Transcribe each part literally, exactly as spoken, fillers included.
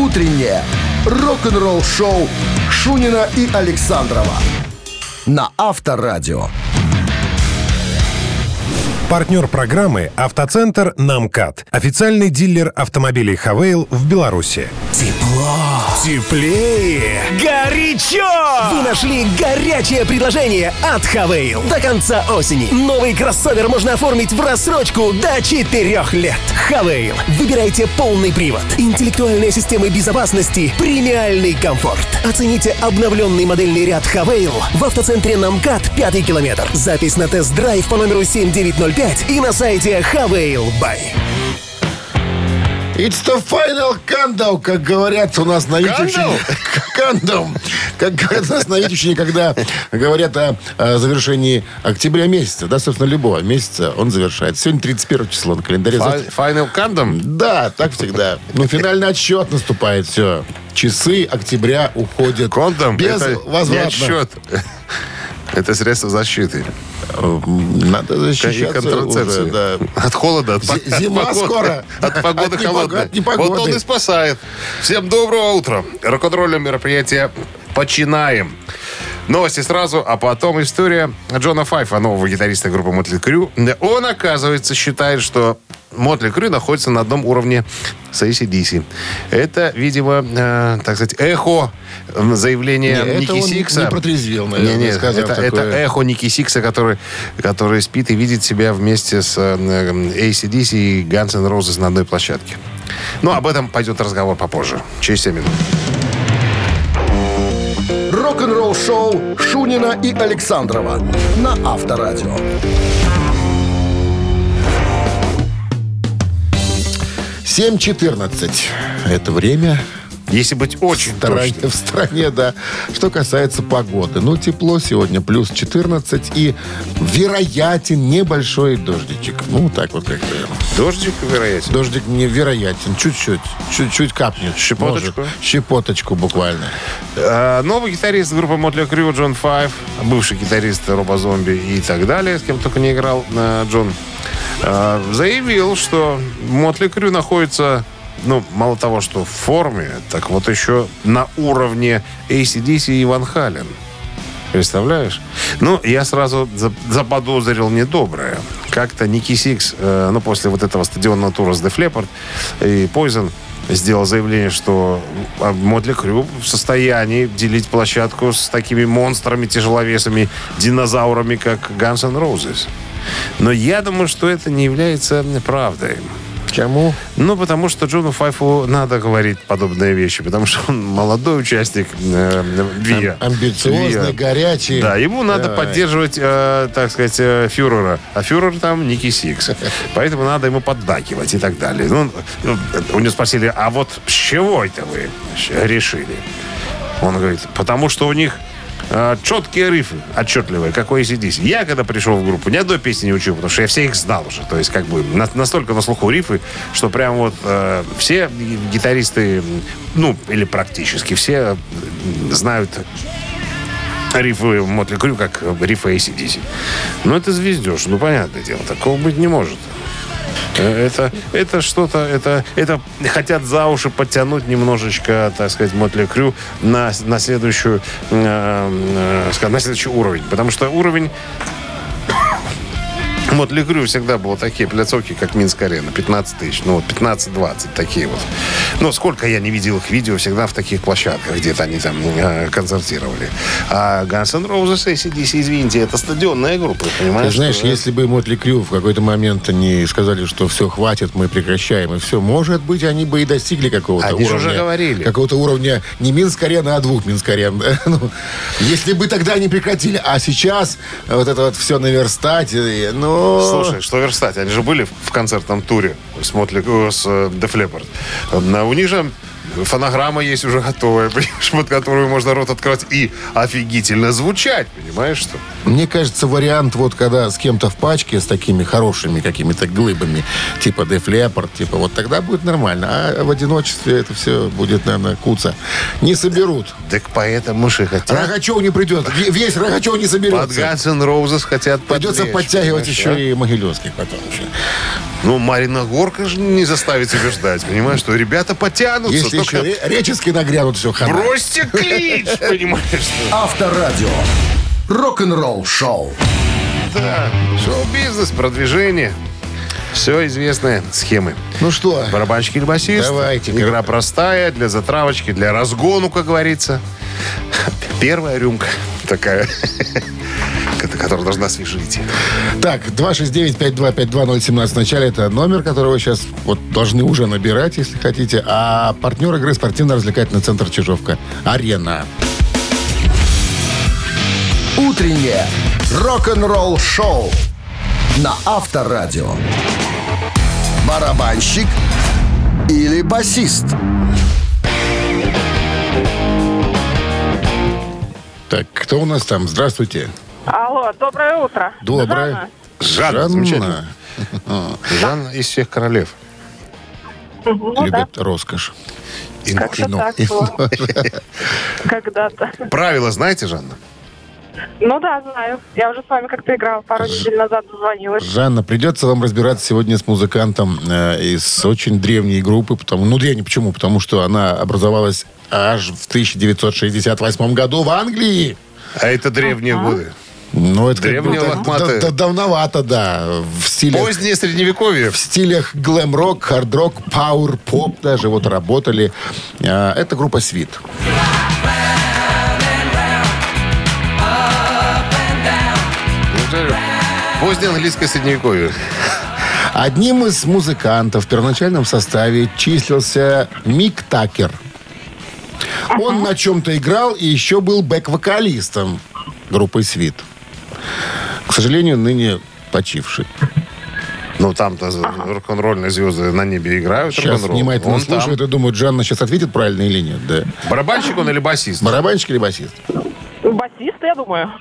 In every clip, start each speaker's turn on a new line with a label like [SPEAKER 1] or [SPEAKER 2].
[SPEAKER 1] утреннее рок-н-ролл-шоу Шунина и Александрова на Авторадио.
[SPEAKER 2] Партнер программы «Автоцентр Намкат». Официальный дилер автомобилей «Хавейл» в Беларуси.
[SPEAKER 3] Тепло. Теплее. Горячо. Вы нашли горячее предложение от «Хавейл». До конца осени новый кроссовер можно оформить в рассрочку до четырех лет. «Хавейл». Выбирайте полный привод, интеллектуальные системы безопасности, премиальный комфорт. Оцените обновленный модельный ряд «Хавейл» в автоцентре Намкат, пятый километр. Запись на тест-драйв по номеру семь девять ноль пять и на сайте Хавейл Бай.
[SPEAKER 4] It's the final countdown, как говорят у нас на Витюшине. Countdown. Как говорят у нас на Витюшине, когда говорят о, о завершении октября месяца. Да, собственно, любого месяца он завершается. Сегодня тридцать первое число на календаре.
[SPEAKER 5] Final countdown?
[SPEAKER 4] Да, так всегда. Ну, финальный отсчет наступает. Все. Часы октября уходят.
[SPEAKER 5] Countdown?
[SPEAKER 4] Безвозвратно.
[SPEAKER 5] Это не отсчет. Это средство защиты.
[SPEAKER 4] Надо защищаться уже, да.
[SPEAKER 5] От холода, от,
[SPEAKER 4] З- зима
[SPEAKER 5] от погоды,
[SPEAKER 4] скоро.
[SPEAKER 5] от погоды
[SPEAKER 4] от
[SPEAKER 5] холодной.
[SPEAKER 4] От непогоды.
[SPEAKER 5] Вот он и спасает. Всем доброго утра. Рок-н-ролльное мероприятие починаем. Новости сразу, а потом история Джона Файфа, нового гитариста группы Motley Crue. Он, оказывается, считает, что Motley Crue находится на одном уровне с эй си ди си. Это, видимо, э, так сказать, эхо заявления
[SPEAKER 4] не,
[SPEAKER 5] Ники Сикса.
[SPEAKER 4] Не протрезвел, наверное,
[SPEAKER 5] не, не,
[SPEAKER 4] сказав
[SPEAKER 5] это,
[SPEAKER 4] такое.
[SPEAKER 5] это эхо Ники Сикса, который, который спит и видит себя вместе с э, эй си ди си и Guns N' Roses на одной площадке. Но об этом пойдет разговор попозже, через семь минут.
[SPEAKER 1] Рок-н-ролл-шоу Шунина и Александрова на Авторадио.
[SPEAKER 4] семь четырнадцать. Это время.
[SPEAKER 5] Если быть очень
[SPEAKER 4] стране,
[SPEAKER 5] точным.
[SPEAKER 4] В стране, да. Что касается погоды. Ну, тепло сегодня, плюс четырнадцать. И вероятен небольшой дождичек. Ну, так вот как-то.
[SPEAKER 5] Дождик вероятен?
[SPEAKER 4] Дождик невероятен. Чуть-чуть. Чуть-чуть капнет.
[SPEAKER 5] Щепоточку?
[SPEAKER 4] Может, щепоточку буквально.
[SPEAKER 5] А, новый гитарист группы Motley Crue Джон Файф, бывший гитарист Роба Зомби и так далее, с кем только не играл а, Джон, а, заявил, что Motley Crue находится... Ну, мало того, что в форме, так вот еще на уровне эй си ди си и Ван Хален. Представляешь? Ну, я сразу заподозрил недоброе. Как-то Ники Сикс, э, ну, после вот этого стадионного тура с Def Leppard и Poison сделал заявление, что Motley Crue в состоянии делить площадку с такими монстрами, тяжеловесами, динозаврами, как Guns N' Roses. Но я думаю, что это не является правдой.
[SPEAKER 4] Чему?
[SPEAKER 5] Ну, потому что Джону Файфу надо говорить подобные вещи, потому что он молодой участник э, Виа.
[SPEAKER 4] Амбициозный,
[SPEAKER 5] Виа.
[SPEAKER 4] горячий.
[SPEAKER 5] Да, ему надо
[SPEAKER 4] Давай.
[SPEAKER 5] поддерживать, э, так сказать, э, фюрера. А фюрер там Ники Сикс. Поэтому надо ему поддакивать и так далее. Ну, у него спросили, а вот с чего это вы решили? Он говорит, потому что у них четкие рифы, отчетливые, как у эй си ди си. Я, когда пришел в группу, ни одной песни не учил, потому что я все их знал уже. То есть, как бы, на, настолько на слуху рифы, что прям вот э, все гитаристы, ну, или практически все знают рифы Motley Crue, как рифы эй си ди си. Ну, это звездеж, ну, понятное дело, такого быть не может. Это, это что-то, это, это хотят за уши подтянуть немножечко, так сказать, Motley Crue на, на, следующую, э, э, на следующий уровень. Потому что уровень Motley Crue всегда было такие пляцовки, как Минск-арена, пятнадцать тысяч, ну вот пятнадцать-двадцать, такие вот. Но сколько я не видел их видео, всегда в таких площадках, где-то они там э, концертировали. А Guns N' Roses, эй си ди си, извините, это стадионная группа, понимаешь?
[SPEAKER 4] Ты знаешь,
[SPEAKER 5] что,
[SPEAKER 4] если бы Motley Crue в какой-то момент не сказали, что все, хватит, мы прекращаем, и все, может быть, они бы и достигли какого-то
[SPEAKER 5] они
[SPEAKER 4] уровня.
[SPEAKER 5] Они же уже говорили.
[SPEAKER 4] Какого-то уровня не Минск-арена, а двух Минск-арен. Ну, если бы тогда они прекратили. А сейчас вот это вот все наверстать, ну...
[SPEAKER 5] Слушай, что верстать? Они же были в концертном туре с, Motley, с Def Leppard. У них же фонограмма есть уже готовая, понимаешь, под которую можно рот открыть и офигительно звучать, понимаешь, что?
[SPEAKER 4] Мне кажется, вариант, вот когда с кем-то в пачке, с такими хорошими какими-то глыбами, типа Def Leppard, типа, вот тогда будет нормально. А в одиночестве это все будет, наверное, куца. Не соберут.
[SPEAKER 5] Так поэтому же хотят.
[SPEAKER 4] Рогачев не придет. Весь Рогачев не соберется.
[SPEAKER 5] Под Guns N' Roses хотят
[SPEAKER 4] Придется
[SPEAKER 5] подвлечь,
[SPEAKER 4] подтягивать еще
[SPEAKER 5] а?
[SPEAKER 4] и Могилевских потом еще.
[SPEAKER 5] Ну, Марина Горка же не заставит себя ждать, понимаешь, что ребята потянутся.
[SPEAKER 4] Если
[SPEAKER 5] только
[SPEAKER 4] еще речески нагрянут, все хана.
[SPEAKER 5] бросьте клич, понимаешь?
[SPEAKER 1] Авторадио. Рок-н-ролл шоу.
[SPEAKER 5] Да, шоу-бизнес, продвижение. Все известные схемы.
[SPEAKER 4] Ну что,
[SPEAKER 5] Барабанщик или басист.
[SPEAKER 4] Давайте.
[SPEAKER 5] Игра простая, для затравочки, для разгону, как говорится. Первая рюмка такая, которая должна освежить.
[SPEAKER 4] так, два шесть девять пять два пять два ноль один семь в начале это номер, который вы сейчас вот должны уже набирать, если хотите. А партнер игры спортивно-развлекательный центр «Чижовка». Арена.
[SPEAKER 1] Утреннее рок-н-ролл шоу на Авторадио. Барабанщик или басист?
[SPEAKER 4] Так, кто у нас там? Здравствуйте.
[SPEAKER 6] Алло, доброе утро.
[SPEAKER 4] Доброе.
[SPEAKER 6] Жанна.
[SPEAKER 5] Жанна, замечательно. Жанна из всех королев.
[SPEAKER 6] Ну да,
[SPEAKER 4] Любят роскошь.
[SPEAKER 5] И нож.
[SPEAKER 6] как-то так было. Когда-то.
[SPEAKER 5] Правила знаете, Жанна?
[SPEAKER 6] Ну да, знаю. Я уже с вами как-то играла. Пару недель назад звонилась.
[SPEAKER 4] Жанна, придется вам разбираться сегодня с музыкантом э, из очень древней группы. Потому, ну, древней почему? Потому что она образовалась аж в тысяча девятьсот шестьдесят восьмом году в Англии.
[SPEAKER 5] А это древние годы.
[SPEAKER 4] Ну, это как бы
[SPEAKER 5] Древние
[SPEAKER 4] да-
[SPEAKER 5] лохматые.
[SPEAKER 4] да- да- давновато, да. В стилях,
[SPEAKER 5] Позднее средневековье.
[SPEAKER 4] в стилях глэм-рок, хард-рок, пауэр-поп даже вот работали. А, это группа «Свит».
[SPEAKER 5] Позднее английское средневековье.
[SPEAKER 4] Одним из музыкантов в первоначальном составе числился Мик Такер. Он на чем-то играл и еще был бэк-вокалистом группы «Свит». К сожалению, ныне почивший.
[SPEAKER 5] Ну, там-то рок-н-ролльные звезды на небе играют.
[SPEAKER 4] Сейчас
[SPEAKER 5] рок-н-ролл.
[SPEAKER 4] внимательно
[SPEAKER 5] Он
[SPEAKER 4] слушают
[SPEAKER 5] там.
[SPEAKER 4] и думают, Жанна сейчас ответит правильно или нет. Да.
[SPEAKER 5] Барабанщик он или басист?
[SPEAKER 4] Барабанщик или басист?
[SPEAKER 6] Басист, я думаю.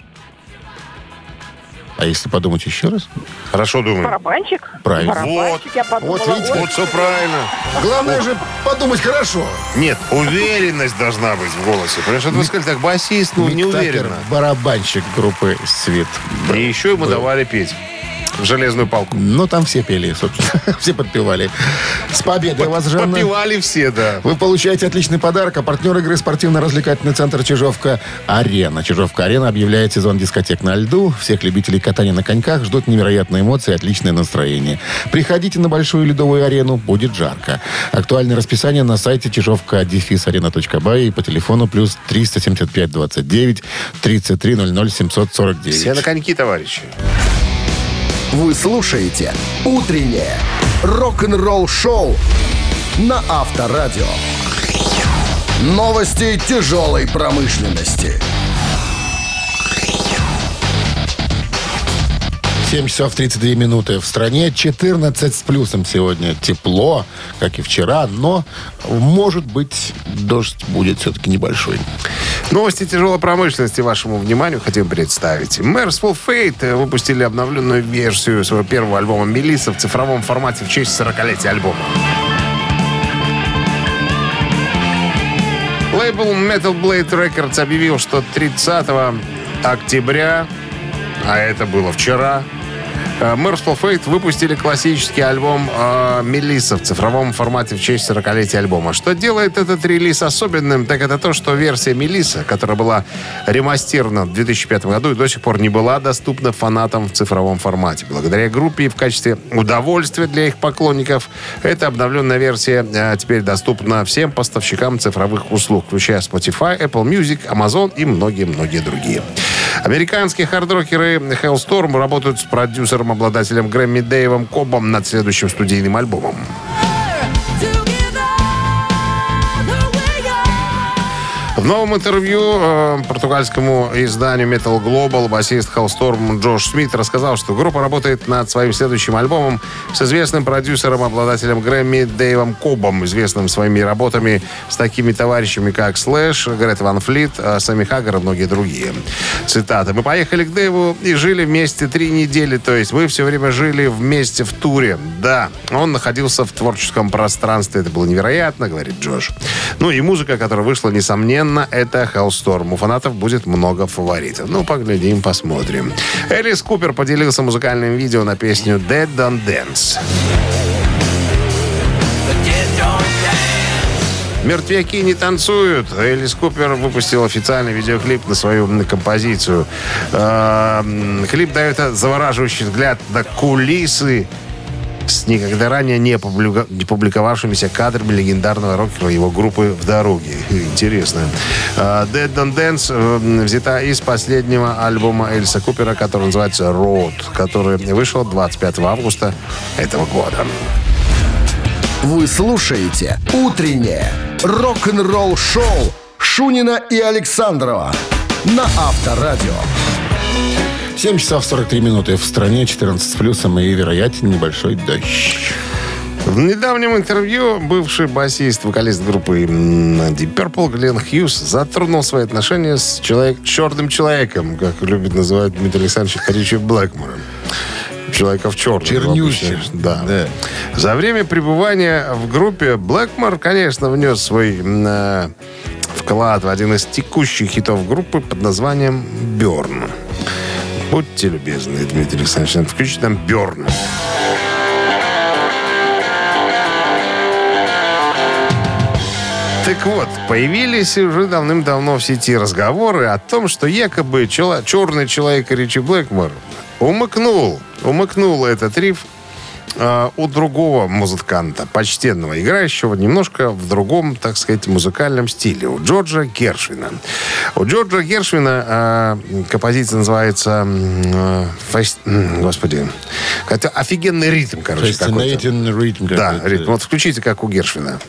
[SPEAKER 4] А если подумать еще раз?
[SPEAKER 5] Хорошо думаю.
[SPEAKER 6] Барабанщик.
[SPEAKER 4] Правильно.
[SPEAKER 6] Барабанщик, я подумала.
[SPEAKER 4] Вот видите,
[SPEAKER 6] ой,
[SPEAKER 5] Вот все правильно.
[SPEAKER 4] Главное же подумать хорошо.
[SPEAKER 5] Нет, уверенность должна быть в голосе. Потому что вы сказали так, басист, ну,
[SPEAKER 4] Мик
[SPEAKER 5] не
[SPEAKER 4] Такер,
[SPEAKER 5] уверенно.
[SPEAKER 4] барабанщик группы «Свит».
[SPEAKER 5] И еще ему давали петь в железную палку.
[SPEAKER 4] Ну, там все пели, собственно. Все подпевали. С победой вас, Жанна.
[SPEAKER 5] Попивали все, да.
[SPEAKER 4] Вы получаете отличный подарок. А партнер игры спортивно-развлекательный центр «Чижовка» «Арена». «Чижовка-арена» объявляет сезон дискотек на льду. Всех любителей катания на коньках ждут невероятные эмоции и отличное настроение. Приходите на большую ледовую арену. Будет жарко. Актуальное расписание на сайте чижовка арена точка бай и по телефону плюс триста семьдесят пять двадцать девять тридцать три ноль ноль семьсот сорок девять.
[SPEAKER 5] Все на коньки, товарищи.
[SPEAKER 1] Вы слушаете «Утреннее рок-н-ролл-шоу» на Авторадио. Новости тяжелой промышленности.
[SPEAKER 4] семь часов тридцать две минуты. В стране четырнадцать с плюсом сегодня. Тепло, как и вчера, но, может быть, дождь будет все-таки небольшой.
[SPEAKER 5] Новости тяжелой промышленности вашему вниманию хотим представить. Merciful Fate выпустили обновленную версию своего первого альбома «Мелисса» в цифровом формате в честь сорокалетия альбома. Лейбл Metal Blade Records объявил, что тридцатого октября, а это было вчера, Merciful Fate выпустили классический альбом э, «Мелисса» в цифровом формате в честь сорокалетия альбома. Что делает этот релиз особенным, так это то, что версия «Мелисса», которая была ремастерена в две тысячи пятом году и до сих пор не была доступна фанатам в цифровом формате. Благодаря группе и в качестве удовольствия для их поклонников эта обновленная версия э, теперь доступна всем поставщикам цифровых услуг, включая Spotify, Apple Music, Amazon и многие-многие другие. Американские хард-рокеры Hellstorm работают с продюсером, обладателем Грэмми Дэйвом Кобом над следующим студийным альбомом. В новом интервью э, португальскому изданию Metal Global басист Hellstorm Джош Смит рассказал, что группа работает над своим следующим альбомом с известным продюсером, обладателем Грэмми Дэйвом Кобом, известным своими работами с такими товарищами, как Слэш, Грета Ван Флит, Сэмми Хаггар и многие другие. Цитата. «Мы поехали к Дэйву и жили вместе три недели, то есть мы все время жили вместе в туре. Да, он находился в творческом пространстве. Это было невероятно», — говорит Джош. Ну и музыка, которая вышла, несомненно, Естественно, это Hellstorm. У фанатов будет много фаворитов. Ну, поглядим, посмотрим. Элис Купер поделился музыкальным видео на песню Dead Don't Dance. «Мертвяки не танцуют». Элис Купер выпустил официальный видеоклип на свою композицию. Клип дает завораживающий взгляд на кулисы с никогда ранее не публиковавшимися кадрами легендарного рокера его группы «В дороге». Интересно. «Dead Don't Dance» взята из последнего альбома Элиса Купера, который называется «Road», который вышел двадцать пятого августа этого года.
[SPEAKER 1] Вы слушаете «Утреннее рок-н-ролл-шоу» Шунина и Александрова на Авторадио.
[SPEAKER 4] семь часов сорок три минуты. В стране четырнадцать с плюсом и вероятен небольшой дождь.
[SPEAKER 5] В недавнем интервью бывший басист, вокалист группы Deep Purple Глен Хьюз затронул свои отношения с человек, черным человеком, как любит называть Дмитрий Александрович Ричи Блэкмора. Человека в черном.
[SPEAKER 4] Чернющий.
[SPEAKER 5] Да.
[SPEAKER 4] да.
[SPEAKER 5] За время пребывания в группе Блэкмор, конечно, внес свой э, вклад в один из текущих хитов группы под названием «Бёрн». Будьте любезны, Дмитрий Александрович, включите нам «Бёрн». Так вот, появились уже давным-давно в сети разговоры о том, что якобы чело, черный человек Ричи Блэкмор умыкнул, умыкнул этот риф э, у другого музыканта, почтенного, играющего немножко в другом, так сказать, музыкальном стиле, у Джорджа Гершвина. У Джорджа Гершвина э, композиция называется э, фест... Господи, это офигенный ритм, короче, какой-то.
[SPEAKER 4] Ритм
[SPEAKER 5] да, ритм. Вот включите, как у Гершвина.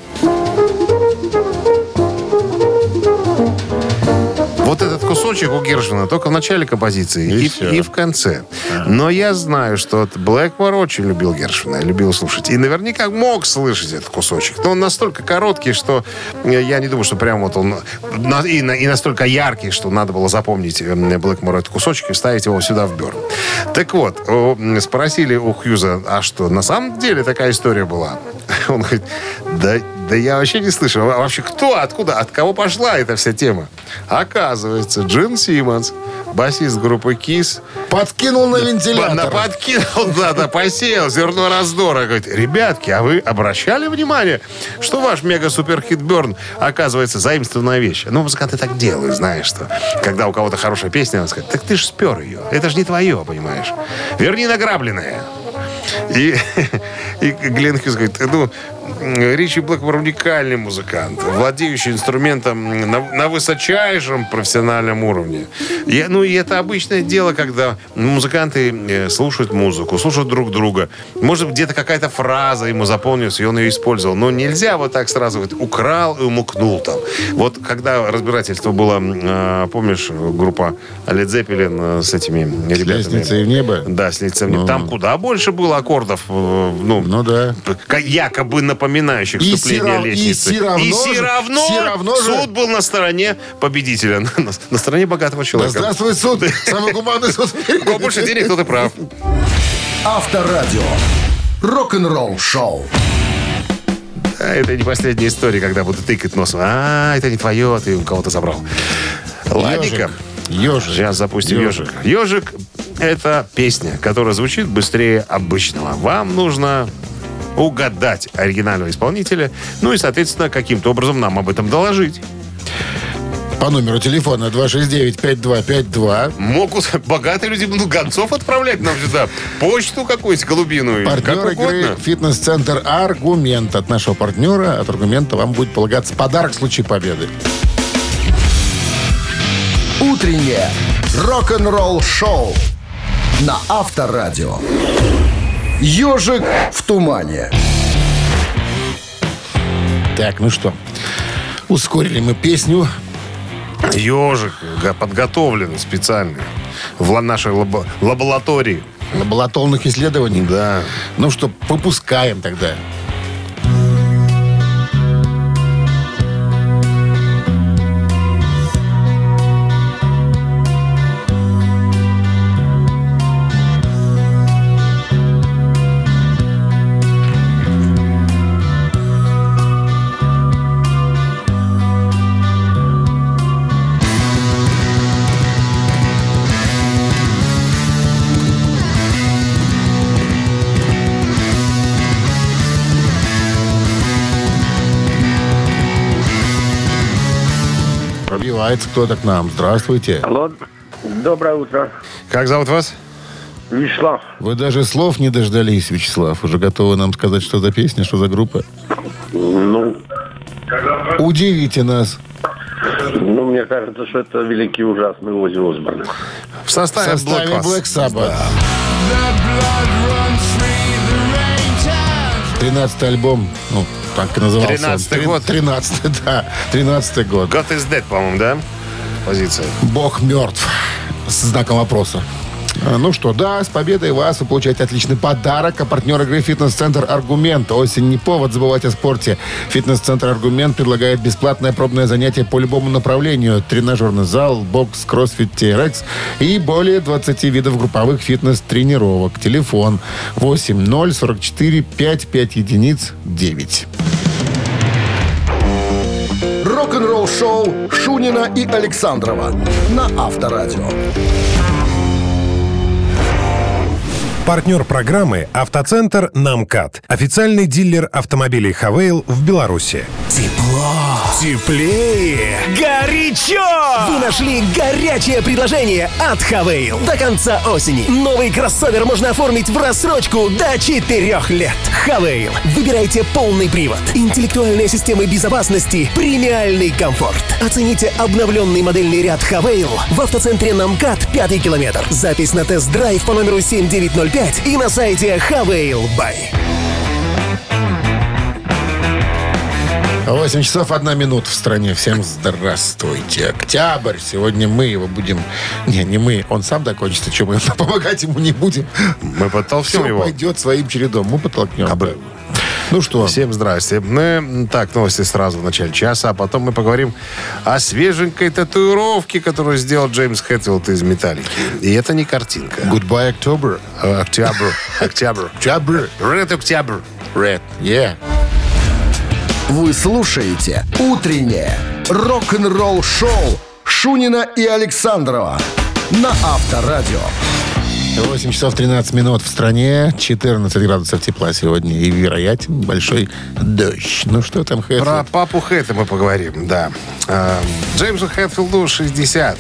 [SPEAKER 5] Вот этот кусочек у Гершвина только в начале композиции и, и, и в конце. А. Но я знаю, что Блэкмор очень любил Гершвина, любил слушать. И наверняка мог слышать этот кусочек. Но он настолько короткий, что я не думаю, что прям вот он... И, и настолько яркий, что надо было запомнить Блэкмору этот кусочек и вставить его сюда в Бёрн. Так вот, спросили у Хьюза, а что, на самом деле такая история была? Он говорит, да, да я вообще не слышал. А вообще кто, откуда, от кого пошла эта вся тема? Оказывается, Джин Симмонс, басист группы Kiss,
[SPEAKER 4] подкинул на вентилятор.
[SPEAKER 5] На, подкинул, да, да, посеял зерно раздора. Говорит, ребятки, а вы обращали внимание, что ваш мега-супер-хит «Бёрн» оказывается заимствованная вещь? Ну, музыканты так делают, знаешь, что когда у кого-то хорошая песня, он скажет, так ты ж спер ее. Это же не твое, понимаешь? Верни награбленное. И, и Глен Хьюз говорит, ну, Ричи Блэкмор уникальный музыкант, владеющий инструментом на, на высочайшем профессиональном уровне. И, ну, и это обычное дело, когда музыканты слушают музыку, слушают друг друга. Может, где-то какая-то фраза ему запомнилась, и он ее использовал. Но нельзя вот так сразу вот, украл и умукнул там. Вот когда разбирательство было, э, помнишь, группа Led Zeppelin с этими ребятами?
[SPEAKER 4] С лестницей в небо?
[SPEAKER 5] Да, с лестницей в небо. Ну. Там куда больше было аккордов, э, ну,
[SPEAKER 4] ну да.
[SPEAKER 5] якобы напоминающих
[SPEAKER 4] и
[SPEAKER 5] вступление
[SPEAKER 4] си,
[SPEAKER 5] лестницы.
[SPEAKER 4] И все равно,
[SPEAKER 5] и все равно,
[SPEAKER 4] все равно
[SPEAKER 5] суд
[SPEAKER 4] же...
[SPEAKER 5] был на стороне победителя. На, на стороне богатого человека.
[SPEAKER 4] Да здравствуй, суд! Самый гуманный суд.
[SPEAKER 5] У кого больше денег, тот и прав.
[SPEAKER 1] Авторадио. Рок-н-ролл шоу.
[SPEAKER 5] Да, это не последняя история, когда будут тыкать носом. А, это не твое, ты у кого-то забрал. Ладненько.
[SPEAKER 4] Ежик.
[SPEAKER 5] Сейчас запустим ежик. Ежик — это песня, которая звучит быстрее обычного. Вам нужно угадать оригинального исполнителя, ну и, соответственно, каким-то образом нам об этом доложить.
[SPEAKER 4] По номеру телефона два шесть девять пять два пять два.
[SPEAKER 5] Могут богатые люди ну, гонцов отправлять нам сюда. Почту какую-то голубиную.
[SPEAKER 4] Партнер игры «Фитнес-центр Аргумент». От нашего партнера, от Аргумента, вам будет полагаться подарок в случае победы.
[SPEAKER 1] Утреннее рок-н-ролл шоу на Авторадио. «Ежик в тумане».
[SPEAKER 4] Так, ну что, ускорили мы песню.
[SPEAKER 5] Ежик подготовлен специально в нашей лабо- лаборатории.
[SPEAKER 4] Лабораторных исследований?
[SPEAKER 5] Да.
[SPEAKER 4] Ну что, попускаем тогда. Пробивается кто-то к нам. Здравствуйте.
[SPEAKER 7] Алло, доброе утро.
[SPEAKER 5] Как зовут вас?
[SPEAKER 7] Вячеслав.
[SPEAKER 4] Вы даже слов не дождались, Вячеслав. Уже готовы нам сказать, что за песня, что за группа?
[SPEAKER 7] Ну,
[SPEAKER 4] Удивите нас.
[SPEAKER 7] ну, мне кажется, что это великий ужасный Оззи Осборн.
[SPEAKER 5] В
[SPEAKER 4] В
[SPEAKER 5] составе,
[SPEAKER 4] составе
[SPEAKER 5] Black
[SPEAKER 4] Black
[SPEAKER 5] Sabbath.
[SPEAKER 4] Sabbath. Тринадцатый альбом, ну, так и назывался.
[SPEAKER 5] Тринадцатый год.
[SPEAKER 4] Тринадцатый, да. Тринадцатый год.
[SPEAKER 5] God is Dead, по-моему, да? Позиция.
[SPEAKER 4] Бог мертв. С знаком вопроса. А, Ну что, да, с победой вас. Вы получаете отличный подарок. А партнер игры «Фитнес-центр Аргумент». Осень не повод забывать о спорте. «Фитнес-центр Аргумент» предлагает бесплатное пробное занятие по любому направлению. Тренажерный зал, бокс, кроссфит, ти ар экс и более двадцати видов групповых фитнес-тренировок. Телефон восемь ноль сорок четыре пять пять единиц девять.
[SPEAKER 1] Рок-н-ролл шоу Шунина и Александрова на Авторадио.
[SPEAKER 2] Партнер программы «Автоцентр Намкат». Официальный дилер автомобилей «Хавейл» в Беларуси.
[SPEAKER 3] Тепло, теплее, горячо! Вы нашли горячее предложение от Хавейл. До конца осени новый кроссовер можно оформить в рассрочку до четырех лет. Хавейл. Выбирайте полный привод, интеллектуальные системы безопасности, премиальный комфорт. Оцените обновленный модельный ряд Хавейл в автоцентре Намкат, пятый километр. Запись на тест-драйв по номеру семь девять ноль пять и на сайте Хавейл Бай.
[SPEAKER 4] восемь часов одна минута в стране. Всем здравствуйте. Октябрь. Сегодня мы его будем... Не, не мы. Он сам докончится. Что, мы помогать ему не будем?
[SPEAKER 5] Мы подтолкнем
[SPEAKER 4] Все
[SPEAKER 5] его.
[SPEAKER 4] пойдет своим чередом. Мы подтолкнем.
[SPEAKER 5] Кабы.
[SPEAKER 4] Ну что?
[SPEAKER 5] Всем здрасте. Мы, так, новости сразу в начале часа, а потом мы поговорим о свеженькой татуировке, которую сделал Джеймс Хэтфилд из «Металлики». И это не картинка.
[SPEAKER 4] Goodbye, October.
[SPEAKER 5] Октябрь. Октябрь.
[SPEAKER 4] October.
[SPEAKER 5] Red Октябрь.
[SPEAKER 4] Red. Yeah.
[SPEAKER 1] Вы слушаете «Утреннее рок-н-ролл-шоу» Шунина и Александрова на Авторадио.
[SPEAKER 4] восемь часов тринадцать минут в стране. четырнадцать градусов тепла сегодня. И вероятен большой дождь. Ну что там, Хэтфилд?
[SPEAKER 5] Про папу Хэта мы поговорим, да. А, Джеймсу Хэтфилду шестьдесят.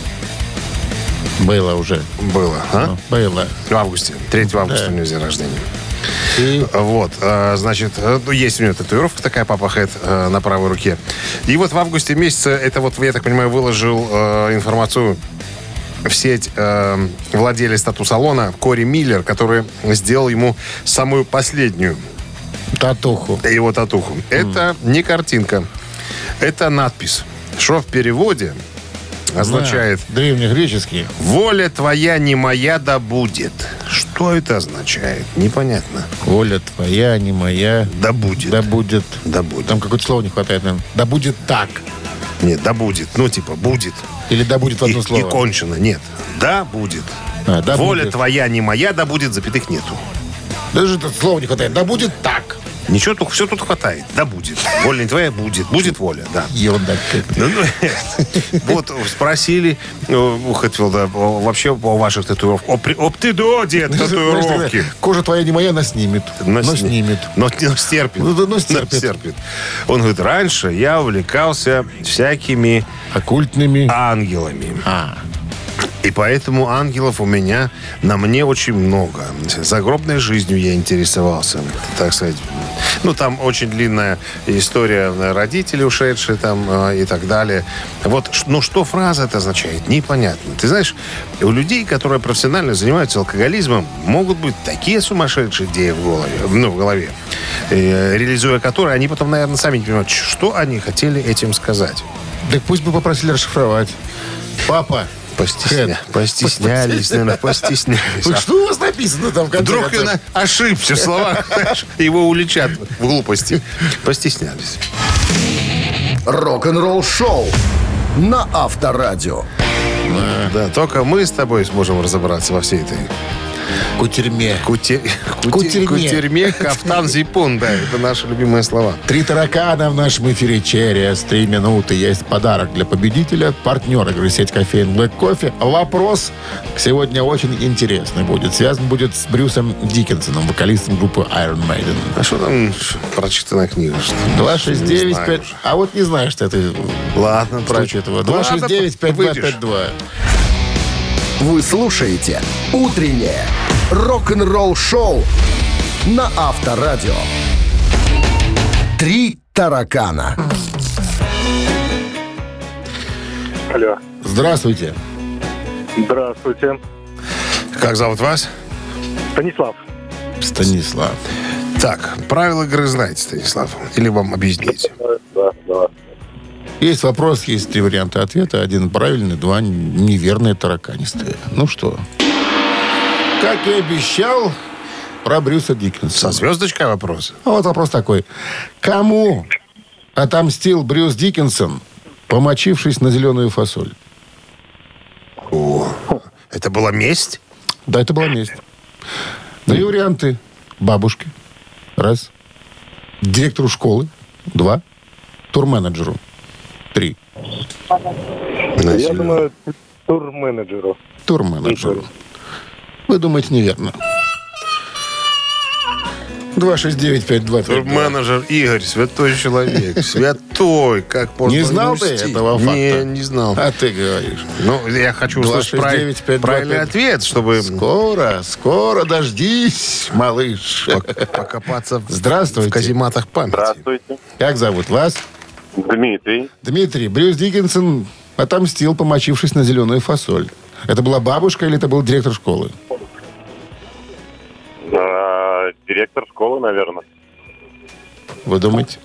[SPEAKER 4] Было уже.
[SPEAKER 5] Было, а?
[SPEAKER 4] Ну, было.
[SPEAKER 5] В августе. третьего августа
[SPEAKER 4] Да.
[SPEAKER 5] у него день рождения.
[SPEAKER 4] И
[SPEAKER 5] Вот, а, значит, э, ну, есть у него татуировка такая, папа Хэт, э, на правой руке. И вот в августе месяце, это вот, я так понимаю, выложил э, информацию в сеть э, владелец тату-салона Кори Миллер, который сделал ему самую последнюю
[SPEAKER 4] татуху.
[SPEAKER 5] его татуху. Это не картинка, это надпись, что в переводе означает
[SPEAKER 4] Да, древнегреческий.
[SPEAKER 5] «Воля твоя не моя да будет». Что это означает? Непонятно.
[SPEAKER 4] Воля твоя, не моя.
[SPEAKER 5] Да будет.
[SPEAKER 4] Да будет.
[SPEAKER 5] Да будет.
[SPEAKER 4] Там какое-то слово не хватает, наверное. Да будет так.
[SPEAKER 5] Нет, да будет. Ну, типа, будет.
[SPEAKER 4] Или да будет в одно
[SPEAKER 5] И,
[SPEAKER 4] слово.
[SPEAKER 5] и кончено. Нет. Да будет.
[SPEAKER 4] А, да
[SPEAKER 5] Воля
[SPEAKER 4] будет.
[SPEAKER 5] твоя не моя, да будет, запятых нету.
[SPEAKER 4] Даже это слово не хватает. Да будет так.
[SPEAKER 5] Ничего, тут, все тут хватает. Да будет. Воля не твоя, будет. Будет воля, да.
[SPEAKER 4] Ерунда какая-то.
[SPEAKER 5] Ну, ну, вот спросили э, у Хэтфилда о- вообще о ваших татуировках. О, при- об тедоде татуировки.
[SPEAKER 4] Кожа твоя не моя, она снимет. Но
[SPEAKER 5] сни-
[SPEAKER 4] снимет.
[SPEAKER 5] Но, но стерпит.
[SPEAKER 4] Ну, да, но стерпит.
[SPEAKER 5] Он говорит, раньше я увлекался всякими
[SPEAKER 4] Оккультными.
[SPEAKER 5] ангелами.
[SPEAKER 4] А.
[SPEAKER 5] И поэтому ангелов у меня, на мне очень много. Загробной жизнью я интересовался, так сказать. Ну, там очень длинная история родителей ушедшие там э, и так далее. Вот, ш- ну, что фраза это означает, непонятно. Ты знаешь, у людей, которые профессионально занимаются алкоголизмом, могут быть такие сумасшедшие идеи в голове, ну, в голове, э, реализуя которые, они потом, наверное, сами не понимают, что они хотели этим сказать.
[SPEAKER 4] Так пусть бы попросили расшифровать. Папа.
[SPEAKER 5] Постесня...
[SPEAKER 4] Хэт.
[SPEAKER 5] Постеснялись, наверное, постеснялись.
[SPEAKER 4] Вот что у вас написано там в конце
[SPEAKER 5] Вдруг
[SPEAKER 4] концов?
[SPEAKER 5] он ошибся в словах, знаешь, его уличат в глупости. Постеснялись.
[SPEAKER 1] Рок-н-ролл-шоу на Авторадио.
[SPEAKER 5] Да, только мы с тобой сможем разобраться во всей этой
[SPEAKER 4] Кутерьме.
[SPEAKER 5] Куте... Куте...
[SPEAKER 4] Кутерьме.
[SPEAKER 5] Кутерьме, кафтан, зипун. Да, это наши любимые слова.
[SPEAKER 4] Три таракана в нашем эфире через три минуты. Есть подарок для победителя. Партнер игры сеть кофеин Black Coffee. Вопрос сегодня очень интересный будет. Связан будет с Брюсом Диккенсоном, вокалистом группы Iron Maiden.
[SPEAKER 5] А что там прочитанная книга?
[SPEAKER 4] два шесть девять пять... А вот не знаешь, что это...
[SPEAKER 5] Ладно, про
[SPEAKER 4] этого. два шесть девять пять два пять два.
[SPEAKER 1] Вы слушаете «Утреннее рок-н-ролл-шоу» на Авторадио. «Три таракана».
[SPEAKER 7] Алло.
[SPEAKER 4] Здравствуйте.
[SPEAKER 7] Здравствуйте.
[SPEAKER 5] Как зовут вас?
[SPEAKER 7] Станислав.
[SPEAKER 4] Станислав.
[SPEAKER 5] Так, правила игры знаете, Станислав? Или вам объяснить?
[SPEAKER 7] Да, да.
[SPEAKER 4] Есть вопрос, есть три варианта ответа. Один правильный, два неверные тараканистые. Ну что? Как и обещал, про Брюса Диккенсона.
[SPEAKER 5] Со звездочкой вопрос.
[SPEAKER 4] А вот вопрос такой. Кому отомстил Брюс Диккенсон, помочившись на зеленую фасоль?
[SPEAKER 5] О, это была месть?
[SPEAKER 4] Да, это была месть. Три варианты. Бабушке. Раз. Директору школы. Два. Турменеджеру. Три.
[SPEAKER 7] Я думаю, турменеджеру.
[SPEAKER 4] Турменеджеру. Вы думаете неверно. два шесть девять пять два пять два.
[SPEAKER 5] Менеджер Игорь, святой человек. Святой. Как можно
[SPEAKER 4] Не знал ты
[SPEAKER 5] мстить?
[SPEAKER 4] этого факта?
[SPEAKER 5] Не, не знал.
[SPEAKER 4] А ты говоришь.
[SPEAKER 5] Ну, я хочу
[SPEAKER 4] два
[SPEAKER 5] услышать
[SPEAKER 4] шесть
[SPEAKER 5] прав-
[SPEAKER 4] девять пять два
[SPEAKER 5] правильный
[SPEAKER 4] пять.
[SPEAKER 5] ответ, чтобы
[SPEAKER 4] Скоро, скоро дождись, малыш.
[SPEAKER 5] покопаться в,
[SPEAKER 4] Здравствуйте.
[SPEAKER 5] в казематах памяти.
[SPEAKER 7] Здравствуйте.
[SPEAKER 4] Как зовут вас?
[SPEAKER 7] Дмитрий.
[SPEAKER 4] Дмитрий, Брюс Диккенсон отомстил, помочившись на зеленую фасоль. Это была бабушка или это был директор школы?
[SPEAKER 7] А, директор школы, наверное.
[SPEAKER 4] Вы думаете?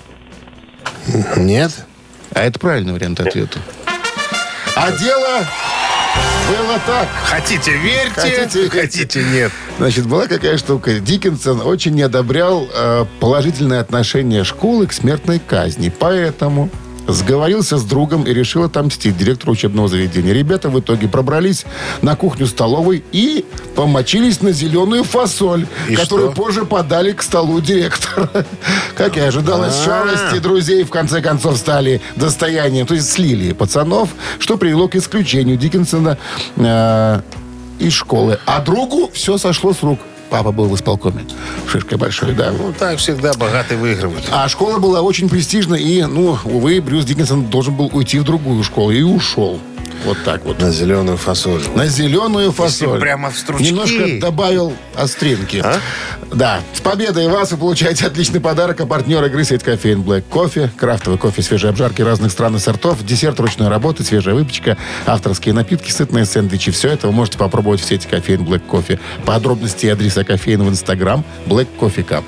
[SPEAKER 5] Нет?
[SPEAKER 4] А это правильный вариант ответа. А дело было так.
[SPEAKER 5] Хотите верьте,
[SPEAKER 4] Хотите,
[SPEAKER 5] хотите нет.
[SPEAKER 4] Значит, была какая штука. Диккенсон очень не одобрял э, положительное отношение школы к смертной казни. Поэтому сговорился с другом и решил отомстить директору учебного заведения. Ребята в итоге пробрались на кухню столовой и помочились на зеленую фасоль,
[SPEAKER 5] И
[SPEAKER 4] которую
[SPEAKER 5] что?
[SPEAKER 4] позже подали к столу директора. Как и ожидалось,
[SPEAKER 5] А-а-а.
[SPEAKER 4] шалости друзей в конце концов стали достоянием, то есть слили пацанов, что привело к исключению Диккенсона э, из школы. А другу все сошло с рук. Папа был в исполкоме. Шишкой большой, да.
[SPEAKER 5] Ну, так всегда богатые выигрывают.
[SPEAKER 4] А школа была очень престижной, и, ну, увы, Брюс Диккенсон должен был уйти в другую школу. И ушел. Вот так вот.
[SPEAKER 5] На зеленую фасоль.
[SPEAKER 4] На зеленую фасоль.
[SPEAKER 5] прямо в стручки.
[SPEAKER 4] Немножко добавил остринки.
[SPEAKER 5] А?
[SPEAKER 4] Да. С победой вас вы получаете отличный подарок. А партнер игры сеть кофеин Black Coffee. Крафтовый кофе, свежие обжарки разных стран и сортов. Десерт ручной работы, свежая выпечка, авторские напитки, сытные сэндвичи. Все это вы можете попробовать в сети кофеин Black Coffee. Подробности и адреса кофеина в Инстаграм Black Coffee Cup.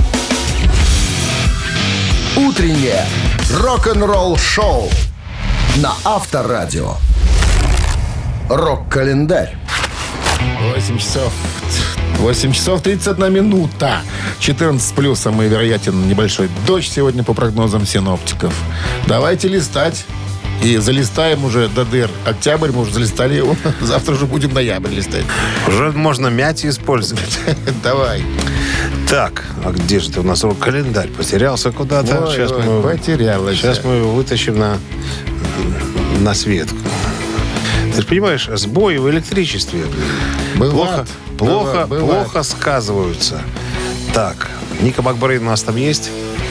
[SPEAKER 1] «Утреннее рок-н-ролл-шоу» на Авторадио. Рок-календарь.
[SPEAKER 4] восемь часов. восемь часов тридцать одна минута. четырнадцать с плюсом и вероятен небольшой дождь сегодня по прогнозам синоптиков. Давайте листать. И залистаем уже до дыр. Октябрь, мы уже залистали его. Завтра уже будем ноябрь листать.
[SPEAKER 5] Уже можно мять и использовать.
[SPEAKER 4] Давай.
[SPEAKER 5] Так, а где же ты у нас рок-календарь? Потерялся куда-то?
[SPEAKER 4] Ой,
[SPEAKER 5] Сейчас
[SPEAKER 4] ой,
[SPEAKER 5] мы,
[SPEAKER 4] потерялась.
[SPEAKER 5] сейчас мы его вытащим на, на свет. Ты же понимаешь, сбои в электричестве
[SPEAKER 4] Бывает,
[SPEAKER 5] плохо, плохо,
[SPEAKER 4] бывает, бывает.
[SPEAKER 5] плохо сказываются. Так, Ника Макбрейн у нас там есть?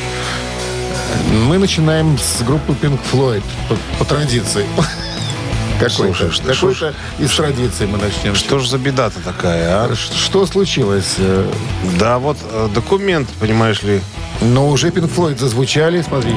[SPEAKER 4] Мы начинаем с группы Pink Floyd. По, по традиции. Какой-то,
[SPEAKER 5] Слушай, что-
[SPEAKER 4] какой-то из традиций мы начнем.
[SPEAKER 5] Что же за беда-то такая, а?
[SPEAKER 4] Ш- Что случилось? Э,
[SPEAKER 5] Да вот э, документ, понимаешь ли,
[SPEAKER 4] Но уже Pink Floyd зазвучали, смотри.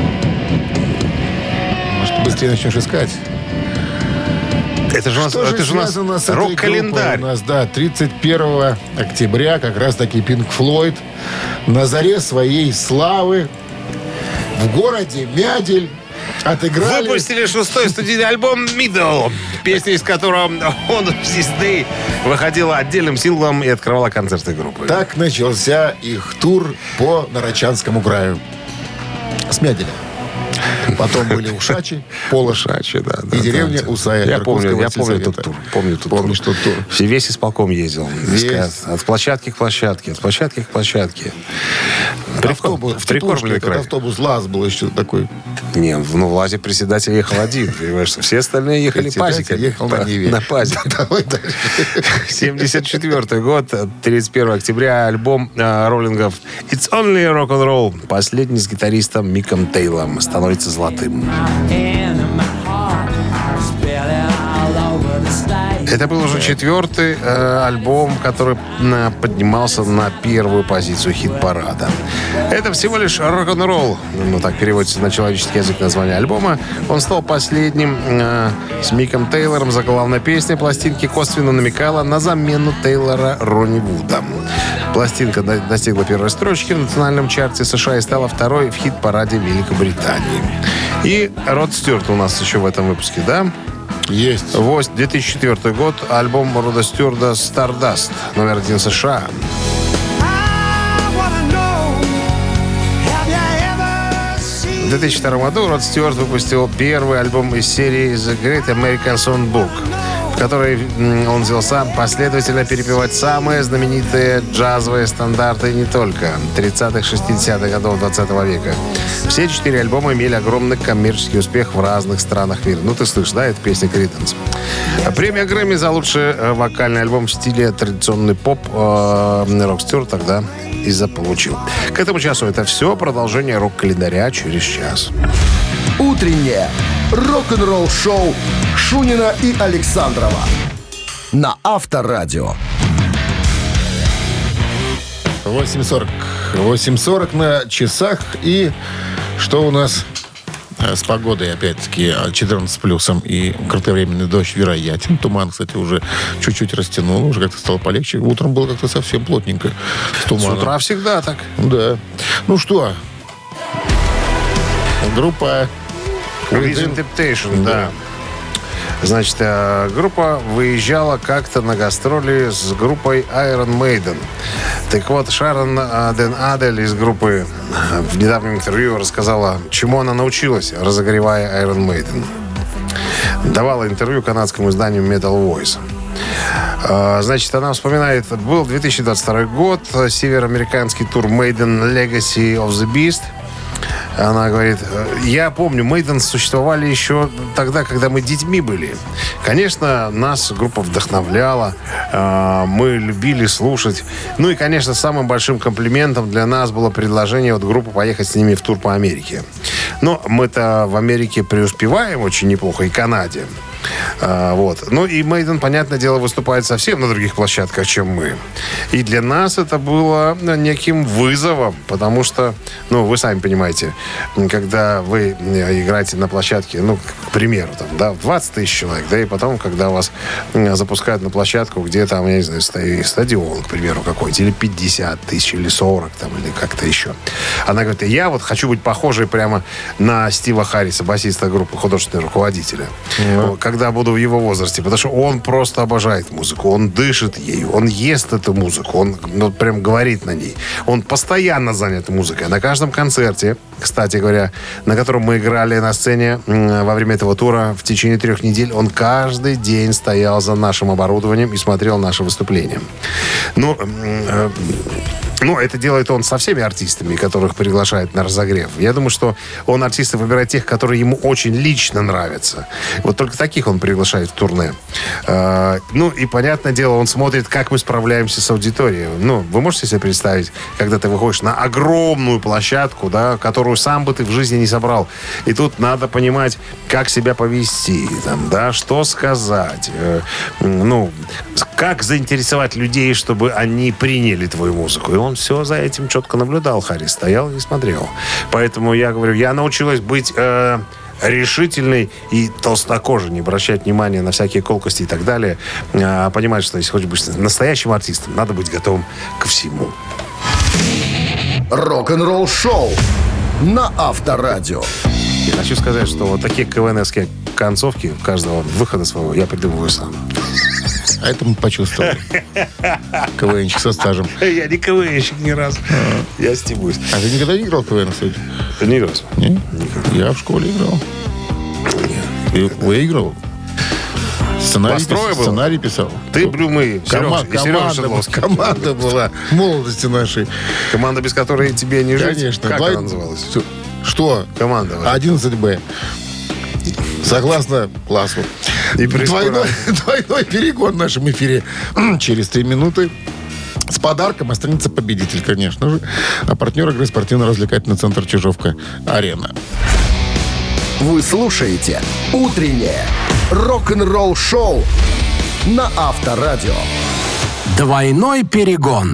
[SPEAKER 4] Может, быстрее начнешь искать.
[SPEAKER 5] это же у нас,
[SPEAKER 4] Что же
[SPEAKER 5] это же у нас
[SPEAKER 4] связано с этой группой
[SPEAKER 5] рок-календарь.
[SPEAKER 4] у нас, да, тридцать первого октября как раз-таки Pink Floyd на заре своей славы в городе Мядель отыграли...
[SPEAKER 5] Выпустили шестой студийный альбом «Middle», песня из которого он в Disney выходила отдельным синглом и открывала концерты группы.
[SPEAKER 4] Так начался их тур по Нарочанскому краю. С Мяделя. Потом были Ушачи, Полош
[SPEAKER 5] Шачи, да, да,
[SPEAKER 4] и деревня
[SPEAKER 5] да.
[SPEAKER 4] Усая.
[SPEAKER 5] Я помню, я
[SPEAKER 4] Иркутского
[SPEAKER 5] помню
[SPEAKER 4] сельсовета.
[SPEAKER 5] тот тур. Помню тот
[SPEAKER 4] Помнишь
[SPEAKER 5] тур.
[SPEAKER 4] тот тур?
[SPEAKER 5] Все весь исполком ездил.
[SPEAKER 4] Весь.
[SPEAKER 5] От площадки к площадке, от площадки к площадке. Прикор-
[SPEAKER 4] Автобус, в
[SPEAKER 5] Прикормленный
[SPEAKER 4] Тетушке,
[SPEAKER 5] край.
[SPEAKER 4] этот автобус ЛАЗ был еще такой.
[SPEAKER 5] Не, ну в ЛАЗе председатель ехал один, понимаешь? Все остальные ехали
[SPEAKER 4] Председатель
[SPEAKER 5] пазиками.
[SPEAKER 4] ехал на
[SPEAKER 5] По-
[SPEAKER 4] Ниве.
[SPEAKER 5] На пазе.
[SPEAKER 4] Давай дальше.
[SPEAKER 5] семьдесят четвёртый год, тридцать первого октября, альбом э, роллингов «It's Only Rock and Roll». Последний с гитаристом Миком Тейлором становится золотым. Это был уже четвертый э, альбом, который э, поднимался на первую позицию хит-парада. Это всего лишь рок-н-ролл. Ну, так переводится на человеческий язык название альбома. Он стал последним э, с Миком Тейлором. Заглавная песня пластинки косвенно намекала на замену Тейлора Ронни Вуда. Пластинка до- достигла первой строчки в национальном чарте США и стала второй в хит-параде Великобритании. И Род Стюарт у нас еще в этом выпуске, да?
[SPEAKER 4] Есть.
[SPEAKER 5] Вось, две тысячи четвёртый год, альбом Рода Стюарда «Stardust», номер один США. В две тысячи втором году Род Стюарт выпустил первый альбом из серии «The Great American Songbook», в которой м, он взялся последовательно перепевать самые знаменитые джазовые стандарты и не только тридцатых-шестидесятых годов двадцатого века. Все четыре альбома имели огромный коммерческий успех в разных странах мира. Ну, ты слышишь, да, это песня Creedence. Премия Грэмми за лучший э, вокальный альбом в стиле традиционный поп э, Род Стюарт тогда и заполучил. К этому часу это все. Продолжение рок-календаря через час.
[SPEAKER 1] Утреннее рок-н-ролл-шоу Шунина и Александрова на Авторадио.
[SPEAKER 4] восемь сорок. восемь сорок на часах. И что у нас э, с погодой, опять-таки, четырнадцать плюсом и кратковременный дождь вероятен. Туман, кстати, уже чуть-чуть растянул, уже как-то стало полегче. Утром было как-то совсем плотненько с
[SPEAKER 5] С
[SPEAKER 4] туманом.
[SPEAKER 5] утра всегда так.
[SPEAKER 4] Да. Ну что, группа
[SPEAKER 5] Within Temptation, да. Значит, э, группа выезжала как-то на гастроли с группой Iron Maiden. Так вот, Шарон э, Ден Адель из группы э, в недавнем интервью рассказала, чему она научилась, разогревая Iron Maiden. Давала интервью канадскому изданию Metal Voice. Э, Значит, она вспоминает, был две тысячи двадцать второй год, североамериканский тур Maiden Legacy of the Beast. Она говорит, я помню, Мейден существовали еще тогда, когда мы детьми были. Конечно, нас группа вдохновляла, э, мы любили слушать. Ну и, конечно, самым большим комплиментом для нас было предложение от группы поехать с ними в тур по Америке. Но мы-то в Америке преуспеваем очень неплохо, и Канаде. А, вот. Ну и Мейден, понятное дело, выступает совсем на других площадках, чем мы. И для нас это было неким вызовом, потому что, ну, вы сами понимаете, когда вы играете на площадке, ну, к примеру, там, да, двадцать тысяч человек, да, и потом, когда вас запускают на площадку, где там, я не знаю, стадион, к примеру, какой-то, или пятьдесят тысяч, или сорок, там, или как-то еще. Она говорит, я вот хочу быть похожей прямо на Стива Харриса, басиста группы, художественного руководителя. Mm-hmm. Когда буду в его возрасте, потому что он просто обожает музыку, он дышит ею, он ест эту музыку, он, ну, прям говорит на ней. Он постоянно занят музыкой. На каждом концерте, кстати говоря, на котором мы играли на сцене во время этого тура в течение трех недель, он каждый день стоял за нашим оборудованием и смотрел наши выступления. Ну, э, ну, это делает он со всеми артистами, которых приглашает на разогрев. Я думаю, что он артистов выбирает тех, которые ему очень лично нравятся. Вот только таких он приглашает в турне. Э, ну, и, понятное дело, он смотрит, как мы справляемся с аудиторией. Ну, вы можете себе представить, когда ты выходишь на огромную площадку, да, которую сам бы ты в жизни не собрал. И тут надо понимать, как себя повести, там, да, что сказать. Э, ну, как заинтересовать людей, чтобы они приняли твою музыку. И он все за этим четко наблюдал, Харрис. Стоял и смотрел. Поэтому я говорю, я научилась быть э, решительной и толстокожей, не обращать внимания на всякие колкости и так далее. Э, понимать, что если хочешь быть настоящим артистом, надо быть готовым ко всему.
[SPEAKER 1] Рок-н-ролл шоу на Авторадио.
[SPEAKER 5] Я хочу сказать, что вот такие КВНовские концовки каждого выхода своего я придумываю сам.
[SPEAKER 4] А это мы почувствовали. КВНчик со стажем.
[SPEAKER 5] Я не КВНщик ни разу. Я стебусь.
[SPEAKER 4] А ты никогда не играл в КВН, кстати?
[SPEAKER 5] Ни разу.
[SPEAKER 4] Нет? Я в школе играл. Ты выиграл? Сценарий,
[SPEAKER 5] Построя
[SPEAKER 4] пис-
[SPEAKER 5] был?
[SPEAKER 4] сценарий писал.
[SPEAKER 5] Ты, Блюмы,
[SPEAKER 4] Кома-
[SPEAKER 5] Сереж, и Сережа
[SPEAKER 4] команда,
[SPEAKER 5] Шедловский.
[SPEAKER 4] команда была в молодости нашей.
[SPEAKER 5] Команда, без которой тебе не жить.
[SPEAKER 4] Конечно.
[SPEAKER 5] Как
[SPEAKER 4] Двой-
[SPEAKER 5] она называлась?
[SPEAKER 4] Что?
[SPEAKER 5] Команда ваша.
[SPEAKER 4] одиннадцать Б. Согласно классу.
[SPEAKER 5] И
[SPEAKER 4] Двойной, двойной перегон в нашем эфире через три минуты. С подарком останется победитель, конечно же. А партнер игры спортивно-развлекательный центр «Чижовка-Арена».
[SPEAKER 1] Вы слушаете «Утреннее рок-н-ролл-шоу» на Авторадио.
[SPEAKER 3] Двойной перегон.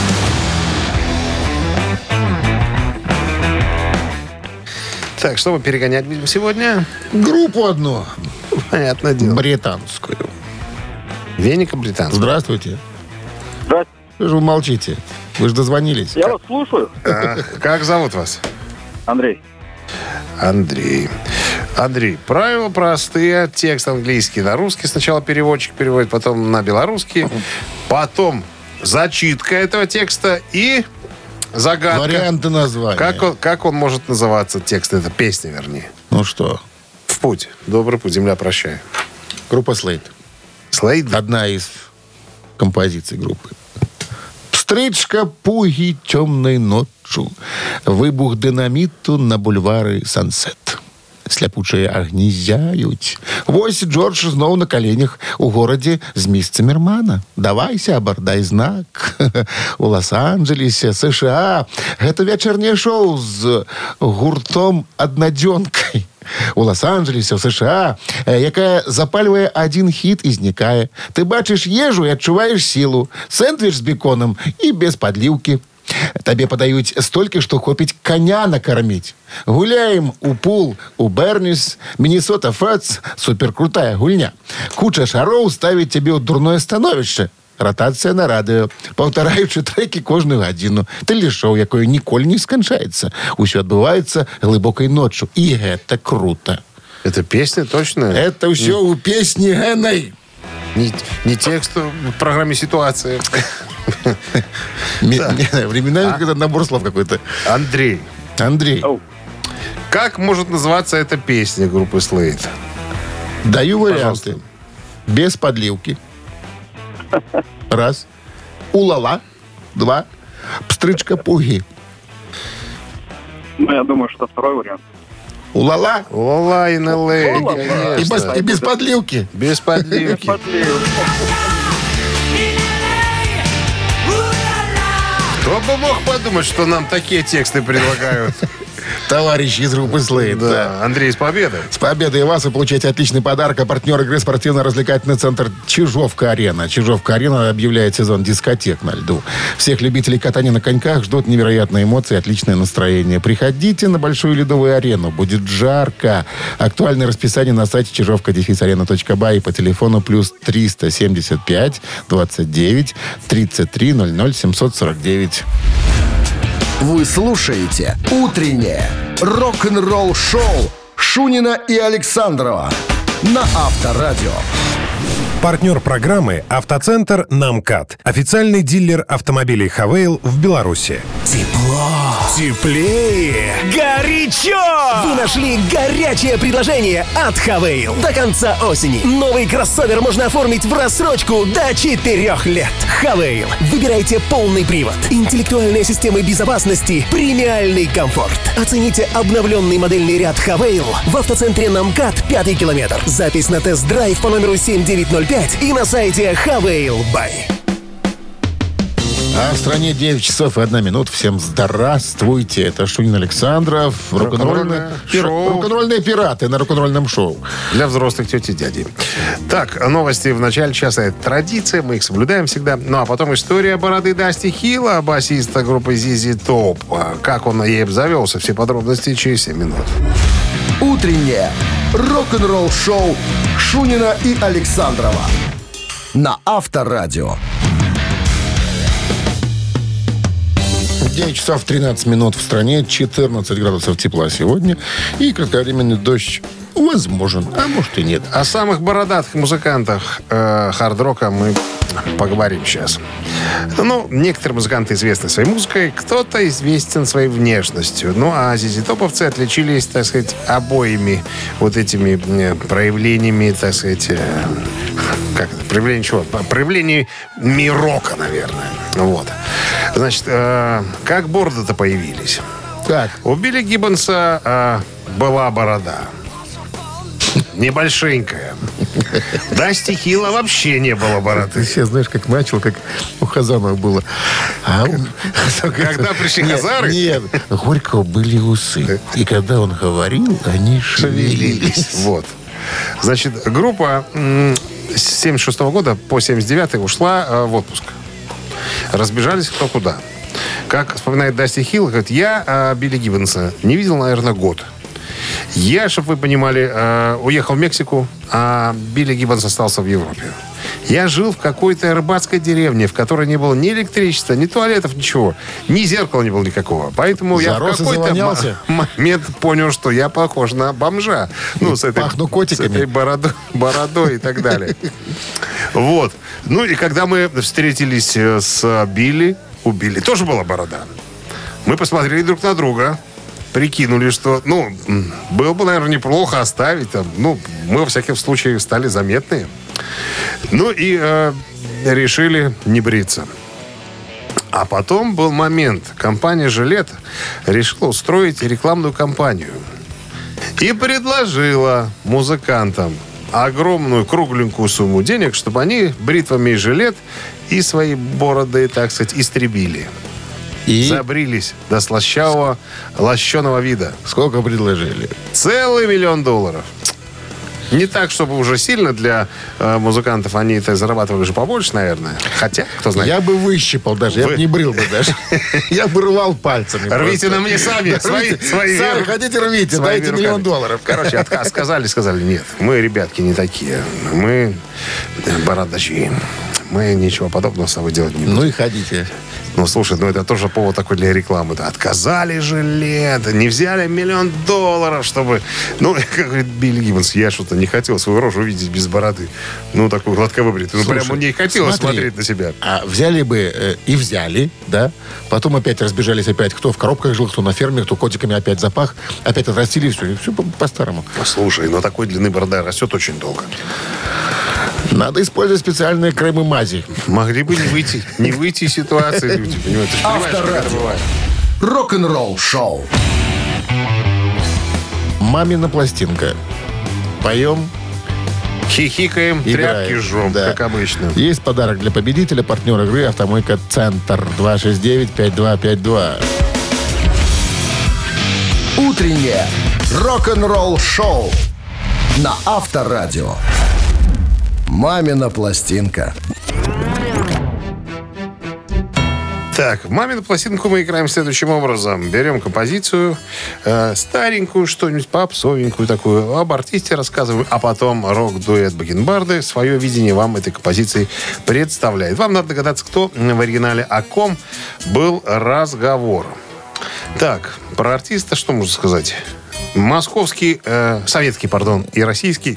[SPEAKER 5] Так, что мы перегонять будем сегодня?
[SPEAKER 4] Группу одну.
[SPEAKER 5] Понятное дело.
[SPEAKER 4] Британскую.
[SPEAKER 5] Веника британская.
[SPEAKER 4] Здравствуйте.
[SPEAKER 7] Здравствуйте.
[SPEAKER 4] Что же вы молчите? Вы же дозвонились.
[SPEAKER 7] Я вас слушаю.
[SPEAKER 5] А, как зовут вас?
[SPEAKER 7] Андрей.
[SPEAKER 5] Андрей. Андрей, правила простые. Текст английский на русский. Сначала переводчик переводит, потом на белорусский. Потом зачитка этого текста и загадка.
[SPEAKER 4] Варианты названия.
[SPEAKER 5] Как он, как он может называться, текст? Это песня, вернее.
[SPEAKER 4] Ну что?
[SPEAKER 5] В путь. Добрый путь. Земля, прощай.
[SPEAKER 4] Группа Slade.
[SPEAKER 5] Слейд?
[SPEAKER 4] Одна из композиций группы. Стрічка пугі темной ночью. Выбух динамиту на бульвары Сансет. Сляпучыя агні зяють. Вось Джордж зноў на коленях у горадзе з міс Циммермана. Давайся, абардай знак. У Лос-Анджелесе, США. Гэта вечернее шоу з гуртом «Аднадзёнкай». У Лос-Анджелесе, в США, якая запальвае один хит і знікае. Ты бачыш ежу і адчуваеш сілу. Сэндвіч з беконом і без падліўкі. Табе падаюць столькі, што хопіць коня накарміць. Гуляем у пул, у Берніс, Міннесота Фэтс, суперкрутая гульня. Куча шароў ставіць цябе ў дурное становішча. Ротацыя на радыё, паўтараючы трэкі кожную гадзіну. Тэлешоу, якое ніколі не сканчаецца. Усё адбываецца глыбокай ноччу. І гэта круто.
[SPEAKER 5] Это песня точно?
[SPEAKER 4] Это ўсё у песні гэнай.
[SPEAKER 5] Не, не текст в программе «Ситуация».
[SPEAKER 4] Временами какой-то набор слов какой-то.
[SPEAKER 5] Андрей.
[SPEAKER 4] Андрей.
[SPEAKER 5] Как может называться эта песня группы Slade?
[SPEAKER 4] Даю варианты. Без подливки. Раз. Улала. Два. Пстрычка пуги.
[SPEAKER 7] Ну, я думаю, что второй вариант.
[SPEAKER 4] Улала.
[SPEAKER 5] Улала и НЛА.
[SPEAKER 4] И без, и без подливки.
[SPEAKER 5] Без подливки. Кто бы мог подумать, что нам такие тексты предлагают?
[SPEAKER 4] Товарищи из группы Slade.
[SPEAKER 5] Да.
[SPEAKER 4] Да.
[SPEAKER 5] Андрей, с победой.
[SPEAKER 4] С победой вас вы получаете отличный подарок. А партнер игры спортивно-развлекательный центр «Чижовка-Арена». «Чижовка-Арена» объявляет сезон дискотек на льду. Всех любителей катания на коньках ждут невероятные эмоции и отличное настроение. Приходите на большую ледовую арену. Будет жарко. Актуальное расписание на сайте чижовка арена точка бай и по телефону плюс триста семьдесят пять двадцать девять тридцать три ноль ноль семьсот сорок девять.
[SPEAKER 1] Вы слушаете «Утреннее рок-н-ролл-шоу» Шунина и Александрова на Авторадио.
[SPEAKER 2] Партнер программы «Автоцентр Намкат». Официальный дилер автомобилей «Хавейл» в Беларуси.
[SPEAKER 3] Тепло, теплее, горячо! Вы нашли горячее предложение от Хавейл. До конца осени новый кроссовер можно оформить в рассрочку до четырех лет. Хавейл. Выбирайте полный привод, интеллектуальные системы безопасности, премиальный комфорт. Оцените обновленный модельный ряд Хавейл в автоцентре Намкат, пятый километр. Запись на тест-драйв по номеру семь девять ноль пять и на сайте Хавейл Бай.
[SPEAKER 4] А в стране девять часов и одна минута. Всем здравствуйте. Это Шунин Александров. Рок-н-ролльные,
[SPEAKER 5] шоу.
[SPEAKER 4] рок-н-ролльные пираты на рок-н-ролльном шоу.
[SPEAKER 5] Для взрослых тети и дяди. Так, новости в начале часа. Это традиция, мы их соблюдаем всегда. Ну, а потом история бороды Дасти Хилла, басиста группы зет зет Top. Как он ей обзавелся, все подробности через семь минут.
[SPEAKER 1] «Утреннее рок-н-ролл-шоу» Шунина и Александрова на Авторадио.
[SPEAKER 4] девять часов тринадцать минут в стране, четырнадцать градусов тепла сегодня. И кратковременный дождь Возможен, а может и нет.
[SPEAKER 5] О самых бородатых музыкантах э, хард-рока мы поговорим сейчас. Ну, некоторые музыканты известны своей музыкой, кто-то известен своей внешностью. Ну, а зэ зэ топовцы отличились, так сказать, обоими вот этими э, проявлениями, так сказать, э, как это, проявление чего? Проявлениями рока, наверное. Вот. Значит, э, как бороды-то появились?
[SPEAKER 4] Так.
[SPEAKER 5] У Билли Гиббонса э, была борода. Небольшенькая. Дасти Хилла вообще не было бороды.
[SPEAKER 4] Ты сейчас знаешь, как начал, как у Хазанова было. А он...
[SPEAKER 5] Когда пришли хазары?
[SPEAKER 4] Нет, у Горького были усы. И когда он говорил, они шевелились.
[SPEAKER 5] Вот. Значит, группа с семьдесят шестого года по семьдесят девятый ушла в отпуск. Разбежались кто куда. Как вспоминает Дасти Хилл, говорит, я Билли Гиббонса не видел, наверное, год. Я, чтобы вы понимали, э, уехал в Мексику, а Билли Гиббонс остался в Европе. Я жил в какой-то рыбацкой деревне, в которой не было ни электричества, ни туалетов, ничего. Ни зеркала не было никакого. Поэтому
[SPEAKER 4] Зарос
[SPEAKER 5] я в какой-то м- момент понял, что я похож на бомжа. Ну, с этой,
[SPEAKER 4] пахну котиками.
[SPEAKER 5] С этой бородой, бородой и так далее. Вот. Ну, и когда мы встретились с Билли, у Билли тоже была борода. Мы посмотрели друг на друга. Прикинули, что, ну, было бы, наверное, неплохо оставить. Там, ну, мы, во всяком случае, стали заметные. Ну, и э, решили не бриться. А потом был момент. Компания «Жилет» решила устроить рекламную кампанию. И предложила музыкантам огромную кругленькую сумму денег, чтобы они бритвами и жилет и свои бороды, так сказать, истребили. И? Забрились до слащавого, лощеного вида.
[SPEAKER 4] Сколько предложили?
[SPEAKER 5] Целый миллион долларов. Не так, чтобы уже сильно для э, музыкантов. Они это зарабатывали же побольше, наверное. Хотя, кто знает.
[SPEAKER 4] Я бы выщипал даже. Вы... Я бы не брил бы даже. Я бы рвал пальцами.
[SPEAKER 5] Рвите на мне сами. Сами
[SPEAKER 4] хотите, рвите. Дайте миллион долларов.
[SPEAKER 5] Короче, отказ сказали, сказали, нет. Мы, ребятки, не такие. Мы бородачи. Мы ничего подобного с собой делать не будем.
[SPEAKER 4] Ну и ходите.
[SPEAKER 5] Ну, слушай, ну это тоже повод такой для рекламы. Да, отказали жилет, не взяли миллион долларов, чтобы... Ну, как говорит Билли Гиббонс, я что-то не хотел свою рожу видеть без бороды. Ну, такую гладко выбритую. Ну, прямо не хотелось смотри, смотреть на себя.
[SPEAKER 4] А взяли бы э, и взяли, да? Потом опять разбежались опять. Кто в коробках жил, кто на ферме, кто котиками опять запах. Опять отрастили, и все. И все по-старому.
[SPEAKER 5] Слушай, но такой длины борода растет очень долго.
[SPEAKER 4] Надо использовать специальные кремы мази.
[SPEAKER 5] Могли бы не выйти, не выйти из ситуации, люди, понимаете?
[SPEAKER 1] Авторадио. Рок-н-ролл шоу.
[SPEAKER 4] Мамина пластинка. Поем.
[SPEAKER 5] Хихикаем, тряпки жжем, да. Как обычно.
[SPEAKER 4] Есть подарок для победителя, партнер игры «Автомойка Центр». два шесть девять пять два пять два.
[SPEAKER 1] Утреннее рок-н-ролл шоу на Авторадио. «Мамина пластинка».
[SPEAKER 5] Так, «Мамину пластинку» мы играем следующим образом. Берем композицию, э, старенькую, что-нибудь попсовенькую такую, об артисте рассказываем, а потом рок-дуэт Бакенбарды свое видение вам этой композиции представляет. Вам надо догадаться, кто в оригинале, о ком был разговор. Так, про артиста что можно сказать? Московский, э, советский, пардон, и российский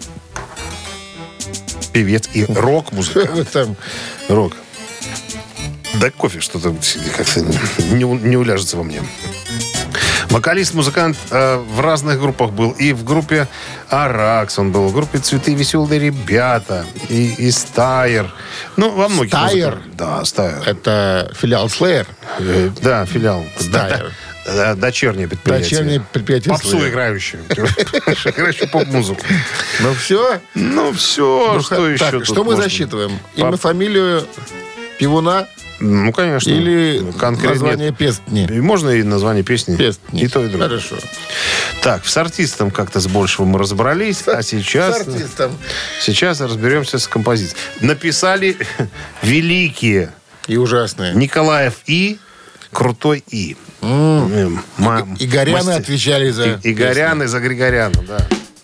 [SPEAKER 5] певец и рок-музыкант.
[SPEAKER 4] Там
[SPEAKER 5] рок. Да кофе что-то как-то не, не уляжется во мне. Вокалист-музыкант э, в разных группах был. И в группе «Аракс» он был, в группе «Цветы веселые ребята», и, и «Стайер». Ну, во многих
[SPEAKER 4] «Стайер»?
[SPEAKER 5] Музыках. Да, «Стайер».
[SPEAKER 4] Это филиал «Слэйр»?
[SPEAKER 5] Э, да, филиал.
[SPEAKER 4] «Стайер».
[SPEAKER 5] Да, дочернее предприятие.
[SPEAKER 4] Дочернее предприятие.
[SPEAKER 5] Попсу играющее. Играющую поп-музыку.
[SPEAKER 4] Ну все?
[SPEAKER 5] Ну все, что еще?
[SPEAKER 4] Что мы засчитываем? Имя, фамилию певуна?
[SPEAKER 5] Ну, конечно.
[SPEAKER 4] Или название песни?
[SPEAKER 5] Можно и название песни.
[SPEAKER 4] Песни.
[SPEAKER 5] И то, и другое.
[SPEAKER 4] Хорошо.
[SPEAKER 5] Так, с артистом как-то с большего мы разобрались, а сейчас...
[SPEAKER 4] С артистом.
[SPEAKER 5] Сейчас разберемся с композицией. Написали великие.
[SPEAKER 4] И ужасные.
[SPEAKER 5] Николаев И, Крутой И.
[SPEAKER 4] Mm. М- Игоряны мастер... отвечали за...
[SPEAKER 5] И, Игоряны за Григоряна, да.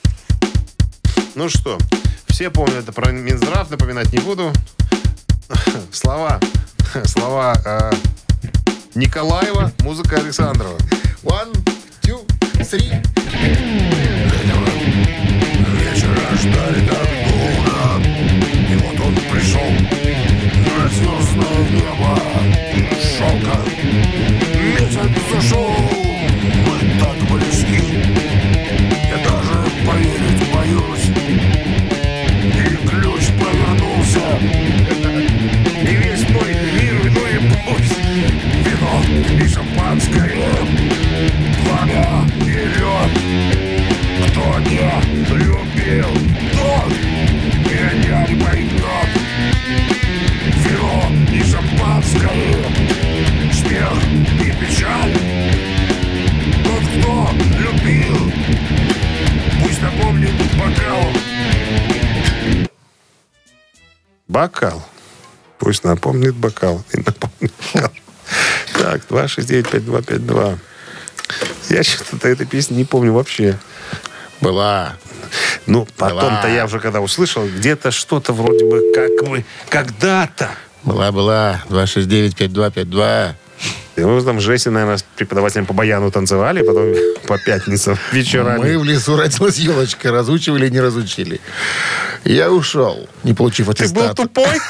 [SPEAKER 5] Ну что, все помнят это про Минздрав, напоминать не буду. Слова... Слова э, Николаева, музыка Александрова.
[SPEAKER 4] One, two, three.
[SPEAKER 5] напомнит бокал. Бокал. Пусть напомнит бокал. И напомнит бокал. Так, два шесть девять пять два пять два. Я что-то этой песни не помню вообще.
[SPEAKER 4] Была.
[SPEAKER 5] Ну, потом-то я уже когда услышал, где-то что-то вроде бы как вы когда-то.
[SPEAKER 4] Была, была. два шесть девять пять два пять два.
[SPEAKER 5] И мы там с Жесей, наверное, с преподавателем по баяну танцевали, потом по пятницам вечерами.
[SPEAKER 4] Мы в лесу родилась елочка. Разучивали, не разучили. Я ушел, не получив аттестат.
[SPEAKER 5] Ты был тупой?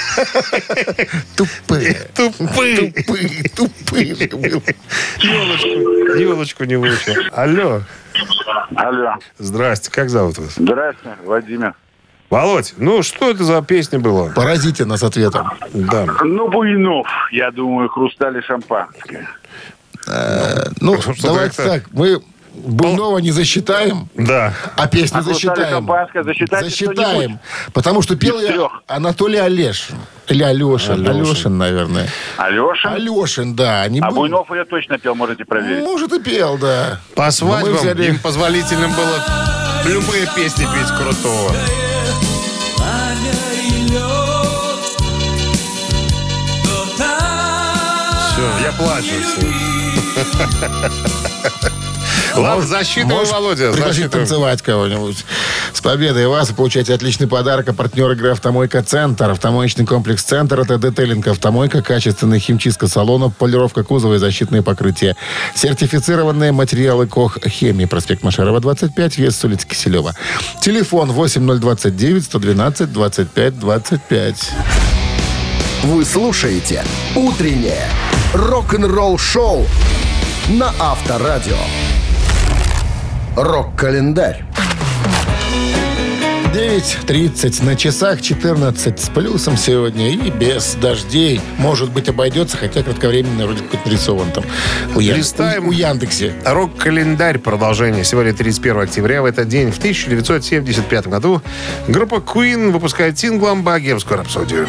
[SPEAKER 4] Тупые.
[SPEAKER 5] Тупые.
[SPEAKER 4] Тупые, тупые же был.
[SPEAKER 5] Елочку, елочку не выучил. Алло.
[SPEAKER 7] Алло.
[SPEAKER 5] Здрасте, как зовут вас?
[SPEAKER 7] Здрасте, Владимир.
[SPEAKER 5] Володь, ну что это за песня была?
[SPEAKER 4] Поразите нас ответом.
[SPEAKER 5] Да.
[SPEAKER 7] Ну, Буйнов, я думаю, хрусталь и шампанское.
[SPEAKER 4] Ну,
[SPEAKER 5] Что-то
[SPEAKER 4] давайте
[SPEAKER 5] как-то-
[SPEAKER 4] так. Мы Буйнова не засчитаем,
[SPEAKER 5] Да.
[SPEAKER 4] а песню
[SPEAKER 7] А «Хрусталь и
[SPEAKER 4] засчитаем.
[SPEAKER 7] шампанское» засчитайте
[SPEAKER 4] Засчитаем.
[SPEAKER 7] что-нибудь?
[SPEAKER 4] Потому что пел
[SPEAKER 7] Из
[SPEAKER 4] я
[SPEAKER 7] трех.
[SPEAKER 4] Анатолий Олешин. Или Алешин.
[SPEAKER 5] Алешин.
[SPEAKER 4] Алешин, наверное.
[SPEAKER 7] Алешин?
[SPEAKER 4] Алешин, да. Не
[SPEAKER 7] А
[SPEAKER 4] Буй-
[SPEAKER 7] Буйнов я точно пел, можете проверить.
[SPEAKER 4] Может, и пел, да.
[SPEAKER 5] По
[SPEAKER 4] Но
[SPEAKER 5] свадьбам
[SPEAKER 4] мы взяли-
[SPEAKER 5] им позволительным было любые песни петь крутого. Все, я плачу. Ладно, засчитываю,
[SPEAKER 4] Можешь
[SPEAKER 5] Володя,
[SPEAKER 4] пригласить
[SPEAKER 5] засчитываю.
[SPEAKER 4] танцевать кого-нибудь. С победой вас вы получаете отличный подарок. А партнер игры «Автомойка Центр». Автомоечный комплекс «Центр» — это детейлинг «Автомойка», качественная химчистка салонов, полировка кузова и защитные покрытия. Сертифицированные материалы КОХ «Хемии». Проспект Машерова, двадцать пять, вес улица Киселева. Телефон восемь ноль двадцать девять сто двенадцать двадцать пять двадцать пять.
[SPEAKER 1] Вы слушаете «Утреннее рок-н-ролл-шоу» на Авторадио. Рок-календарь.
[SPEAKER 4] девять тридцать на часах, четырнадцать с плюсом сегодня и без дождей. Может быть, обойдется, хотя кратковременно вроде как нарисован там у, Ян-
[SPEAKER 5] Листаем.
[SPEAKER 4] у- у Яндексе.
[SPEAKER 5] Рок-календарь, продолжение. Сегодня тридцать первого октября. В этот день, в тысяча девятьсот семьдесят пятом году, группа Queen выпускает синглом «Богемскую рапсодию».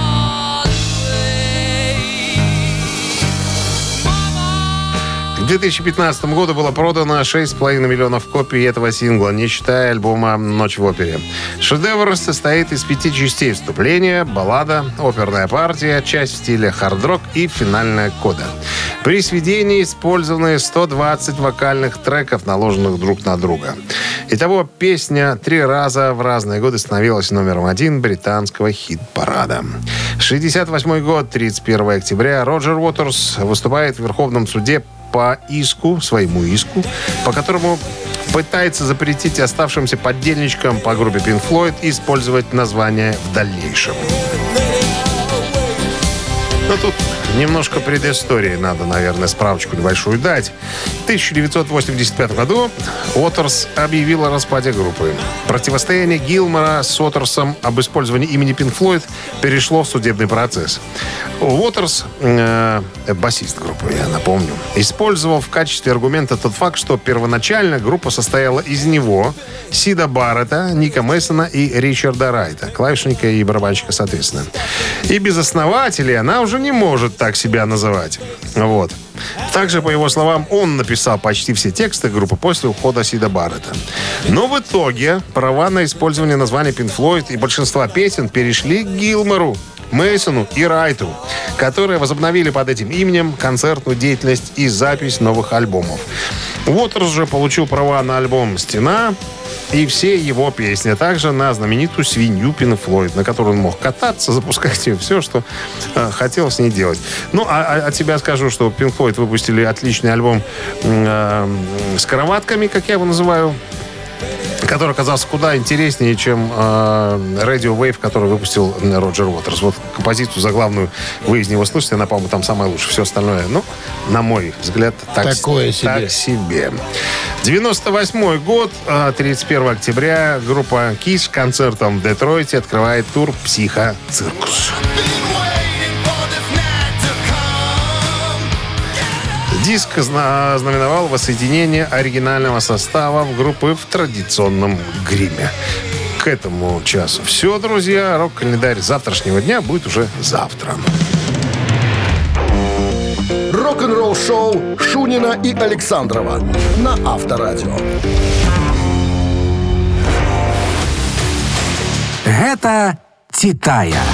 [SPEAKER 5] К две тысячи пятнадцатому году было продано шесть с половиной миллионов копий этого сингла, не считая альбома «Ночь в опере». Шедевр состоит из пяти частей: вступление, баллада, оперная партия, часть в стиле хард-рок и финальная кода. При сведении использованы сто двадцать вокальных треков, наложенных друг на друга. Итого, песня три раза в разные годы становилась номером один британского хит-парада. шестьдесят восьмой год, тридцать первого октября, Роджер Уотерс выступает в Верховном суде по иску, своему иску, по которому пытается запретить оставшимся поддельничкам по группе Pink Floyd использовать название в дальнейшем. Но тут немножко предыстории надо, наверное, справочку небольшую дать. В тысяча девятьсот восемьдесят пятом году Уотерс объявил о распаде группы. Противостояние Гилмора с Уотерсом об использовании имени Pink Floyd перешло в судебный процесс. Уотерс, э, басист группы, я напомню, использовал в качестве аргумента тот факт, что первоначально группа состояла из него, Сида Баррета, Ника Мэйсона и Ричарда Райта, клавишника и барабанщика, соответственно. И без основателей она уже не может так себя называть. Вот. Также, по его словам, он написал почти все тексты группы после ухода Сида Баррета. Но в итоге права на использование названия Pink Floyd и большинства песен перешли к Гилмору, Мэйсону и Райту, которые возобновили под этим именем концертную деятельность и запись новых альбомов. Уотерс же получил права на альбом «Стена» и все его песни, а также на знаменитую свинью Pink Floyd, на которой он мог кататься, запускать ее, все, что э, хотел с ней делать. Ну, а, а от себя скажу, что Pink Floyd выпустили отличный альбом э, с кроватками, как я его называю, который оказался куда интереснее, чем э, Radio Wave, который выпустил Роджер Уотерс. Вот композицию заглавную вы из него слышите, она, по-моему, там самая лучшая. Все остальное, ну, на мой взгляд, так,
[SPEAKER 4] Такое
[SPEAKER 5] с-
[SPEAKER 4] себе.
[SPEAKER 5] так себе. девяносто восьмой год, э, тридцать первого октября, группа Kiss концертом в Детройте открывает тур «Психо-циркус». Диск зна- знаменовал воссоединение оригинального состава в группы в традиционном гриме. К этому часу все, друзья. Рок-календарь завтрашнего дня будет уже завтра.
[SPEAKER 1] Рок-н-ролл-шоу Шунина и Александрова на Авторадио.
[SPEAKER 3] Это «Титая».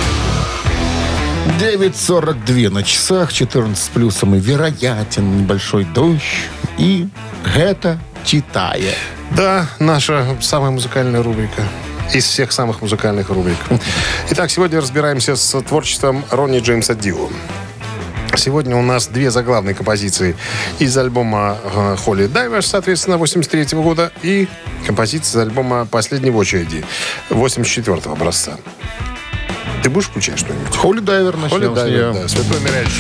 [SPEAKER 4] девять сорок два на часах, четырнадцать с плюсом, и вероятен небольшой дождь. И это «Титая».
[SPEAKER 5] Да, наша самая музыкальная рубрика. Из всех самых музыкальных рубрик. Итак, сегодня разбираемся с творчеством Ронни Джеймса Дио. Сегодня у нас две заглавные композиции из альбома «Holy Divers», соответственно, восемьдесят третьего года, и композиция из альбома «Последний в очереди» восемьдесят четвёртого образца. Ты будешь включать что-нибудь?
[SPEAKER 4] Holy Diver начнем.
[SPEAKER 5] Holy Diver, да, святой ныряльщик.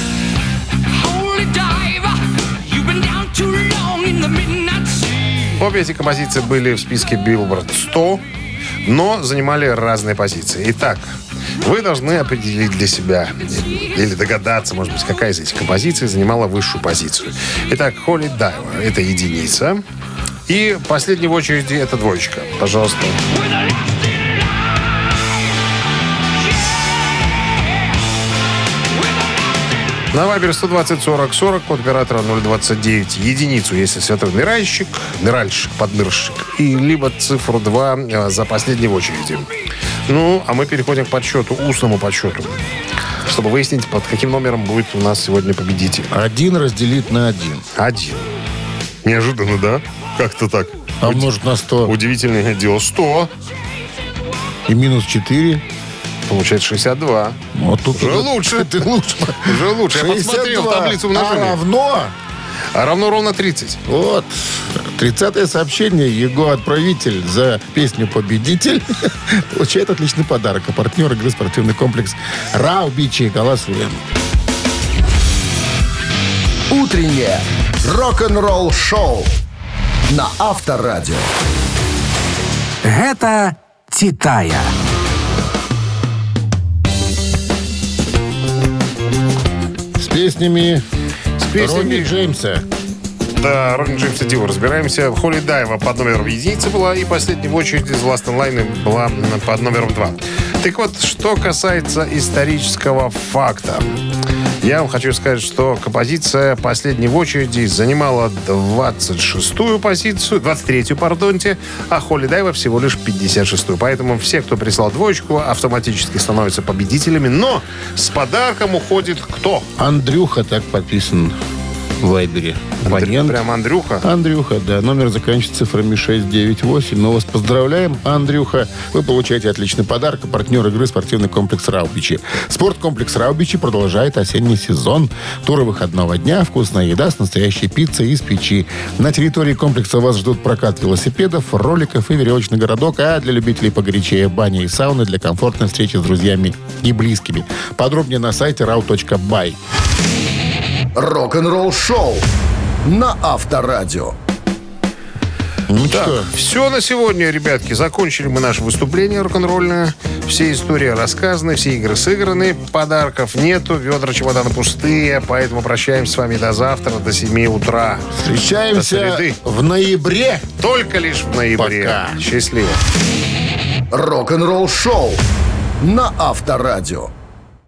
[SPEAKER 5] Обе эти композиции были в списке Billboard сто, но занимали разные позиции. Итак, вы должны определить для себя или догадаться, может быть, какая из этих композиций занимала высшую позицию. Итак, Holy Diver — это единица. И последний в очереди — это двоечка. Пожалуйста. На Вайбер сто двадцать сорок сорок, код оператора ноль двадцать девять, единицу, если святой ныряльщик, ныральщик, поднырщик, и либо цифру два за последний в очереди. Ну, а мы переходим к подсчету, устному подсчету, чтобы выяснить, под каким номером будет у нас сегодня победитель.
[SPEAKER 4] Один разделить на один.
[SPEAKER 5] Один. Неожиданно, да? Как-то так.
[SPEAKER 4] А может на сто.
[SPEAKER 5] Удивительное дело. сто.
[SPEAKER 4] И минус четыре.
[SPEAKER 5] Получается шестьдесят два.
[SPEAKER 4] Вот тут
[SPEAKER 5] уже лучше.
[SPEAKER 4] Ты лучше.
[SPEAKER 5] Уже лучше. Я посмотрел таблицу умножения.
[SPEAKER 4] А равно?
[SPEAKER 5] А равно ровно тридцать.
[SPEAKER 4] Вот. тридцатое сообщение. Его отправитель за песню «Победитель» получает отличный подарок. А партнер игры спортивный комплекс «Раубичи». Голосуем.
[SPEAKER 1] Утреннее рок-н-ролл-шоу на Авторадио.
[SPEAKER 3] Это «Титая».
[SPEAKER 4] С песнями,
[SPEAKER 5] С песнями
[SPEAKER 4] Ронни Джеймса.
[SPEAKER 5] Да, Ронни Джеймса Дио разбираемся. Holy Diver под номером единицы была, и последняя в очереди из Last in Line была под номером два. Так вот, что касается исторического факта. Я вам хочу сказать, что композиция «Последней в очереди» занимала двадцать шестую позицию, двадцать третью, пардонте, а Holy Diver всего лишь пятьдесят шестую. Поэтому все, кто прислал двоечку, автоматически становятся победителями. Но с подарком уходит кто?
[SPEAKER 4] Андрюха так подписан в Вайбере. Абонент.
[SPEAKER 5] Прям Андрюха?
[SPEAKER 4] Андрюха, да. Номер заканчивается цифрами шесть девять восемь. Мы вас поздравляем, Андрюха. Вы получаете отличный подарок. Партнер игры спортивный комплекс «Раубичи». Спорткомплекс «Раубичи» продолжает осенний сезон. Туры выходного дня, вкусная еда с настоящей пиццей из печи. На территории комплекса вас ждут прокат велосипедов, роликов и веревочный городок. А для любителей погорячее баня и сауны для комфортной встречи с друзьями и близкими. Подробнее на сайте рау точка бай.
[SPEAKER 1] Рок-н-ролл-шоу на Авторадио.
[SPEAKER 4] Ну
[SPEAKER 5] Так,
[SPEAKER 4] что?
[SPEAKER 5] все на сегодня, ребятки. Закончили мы наше выступление рок-н-ролльное. Все истории рассказаны, все игры сыграны. Подарков нету, ведра, чемоданы пустые. Поэтому прощаемся с вами до завтра, до семи утра.
[SPEAKER 4] Встречаемся
[SPEAKER 5] До среды.
[SPEAKER 4] в ноябре.
[SPEAKER 5] Только лишь в ноябре.
[SPEAKER 4] Пока.
[SPEAKER 5] Счастливо.
[SPEAKER 1] Рок-н-ролл-шоу на Авторадио.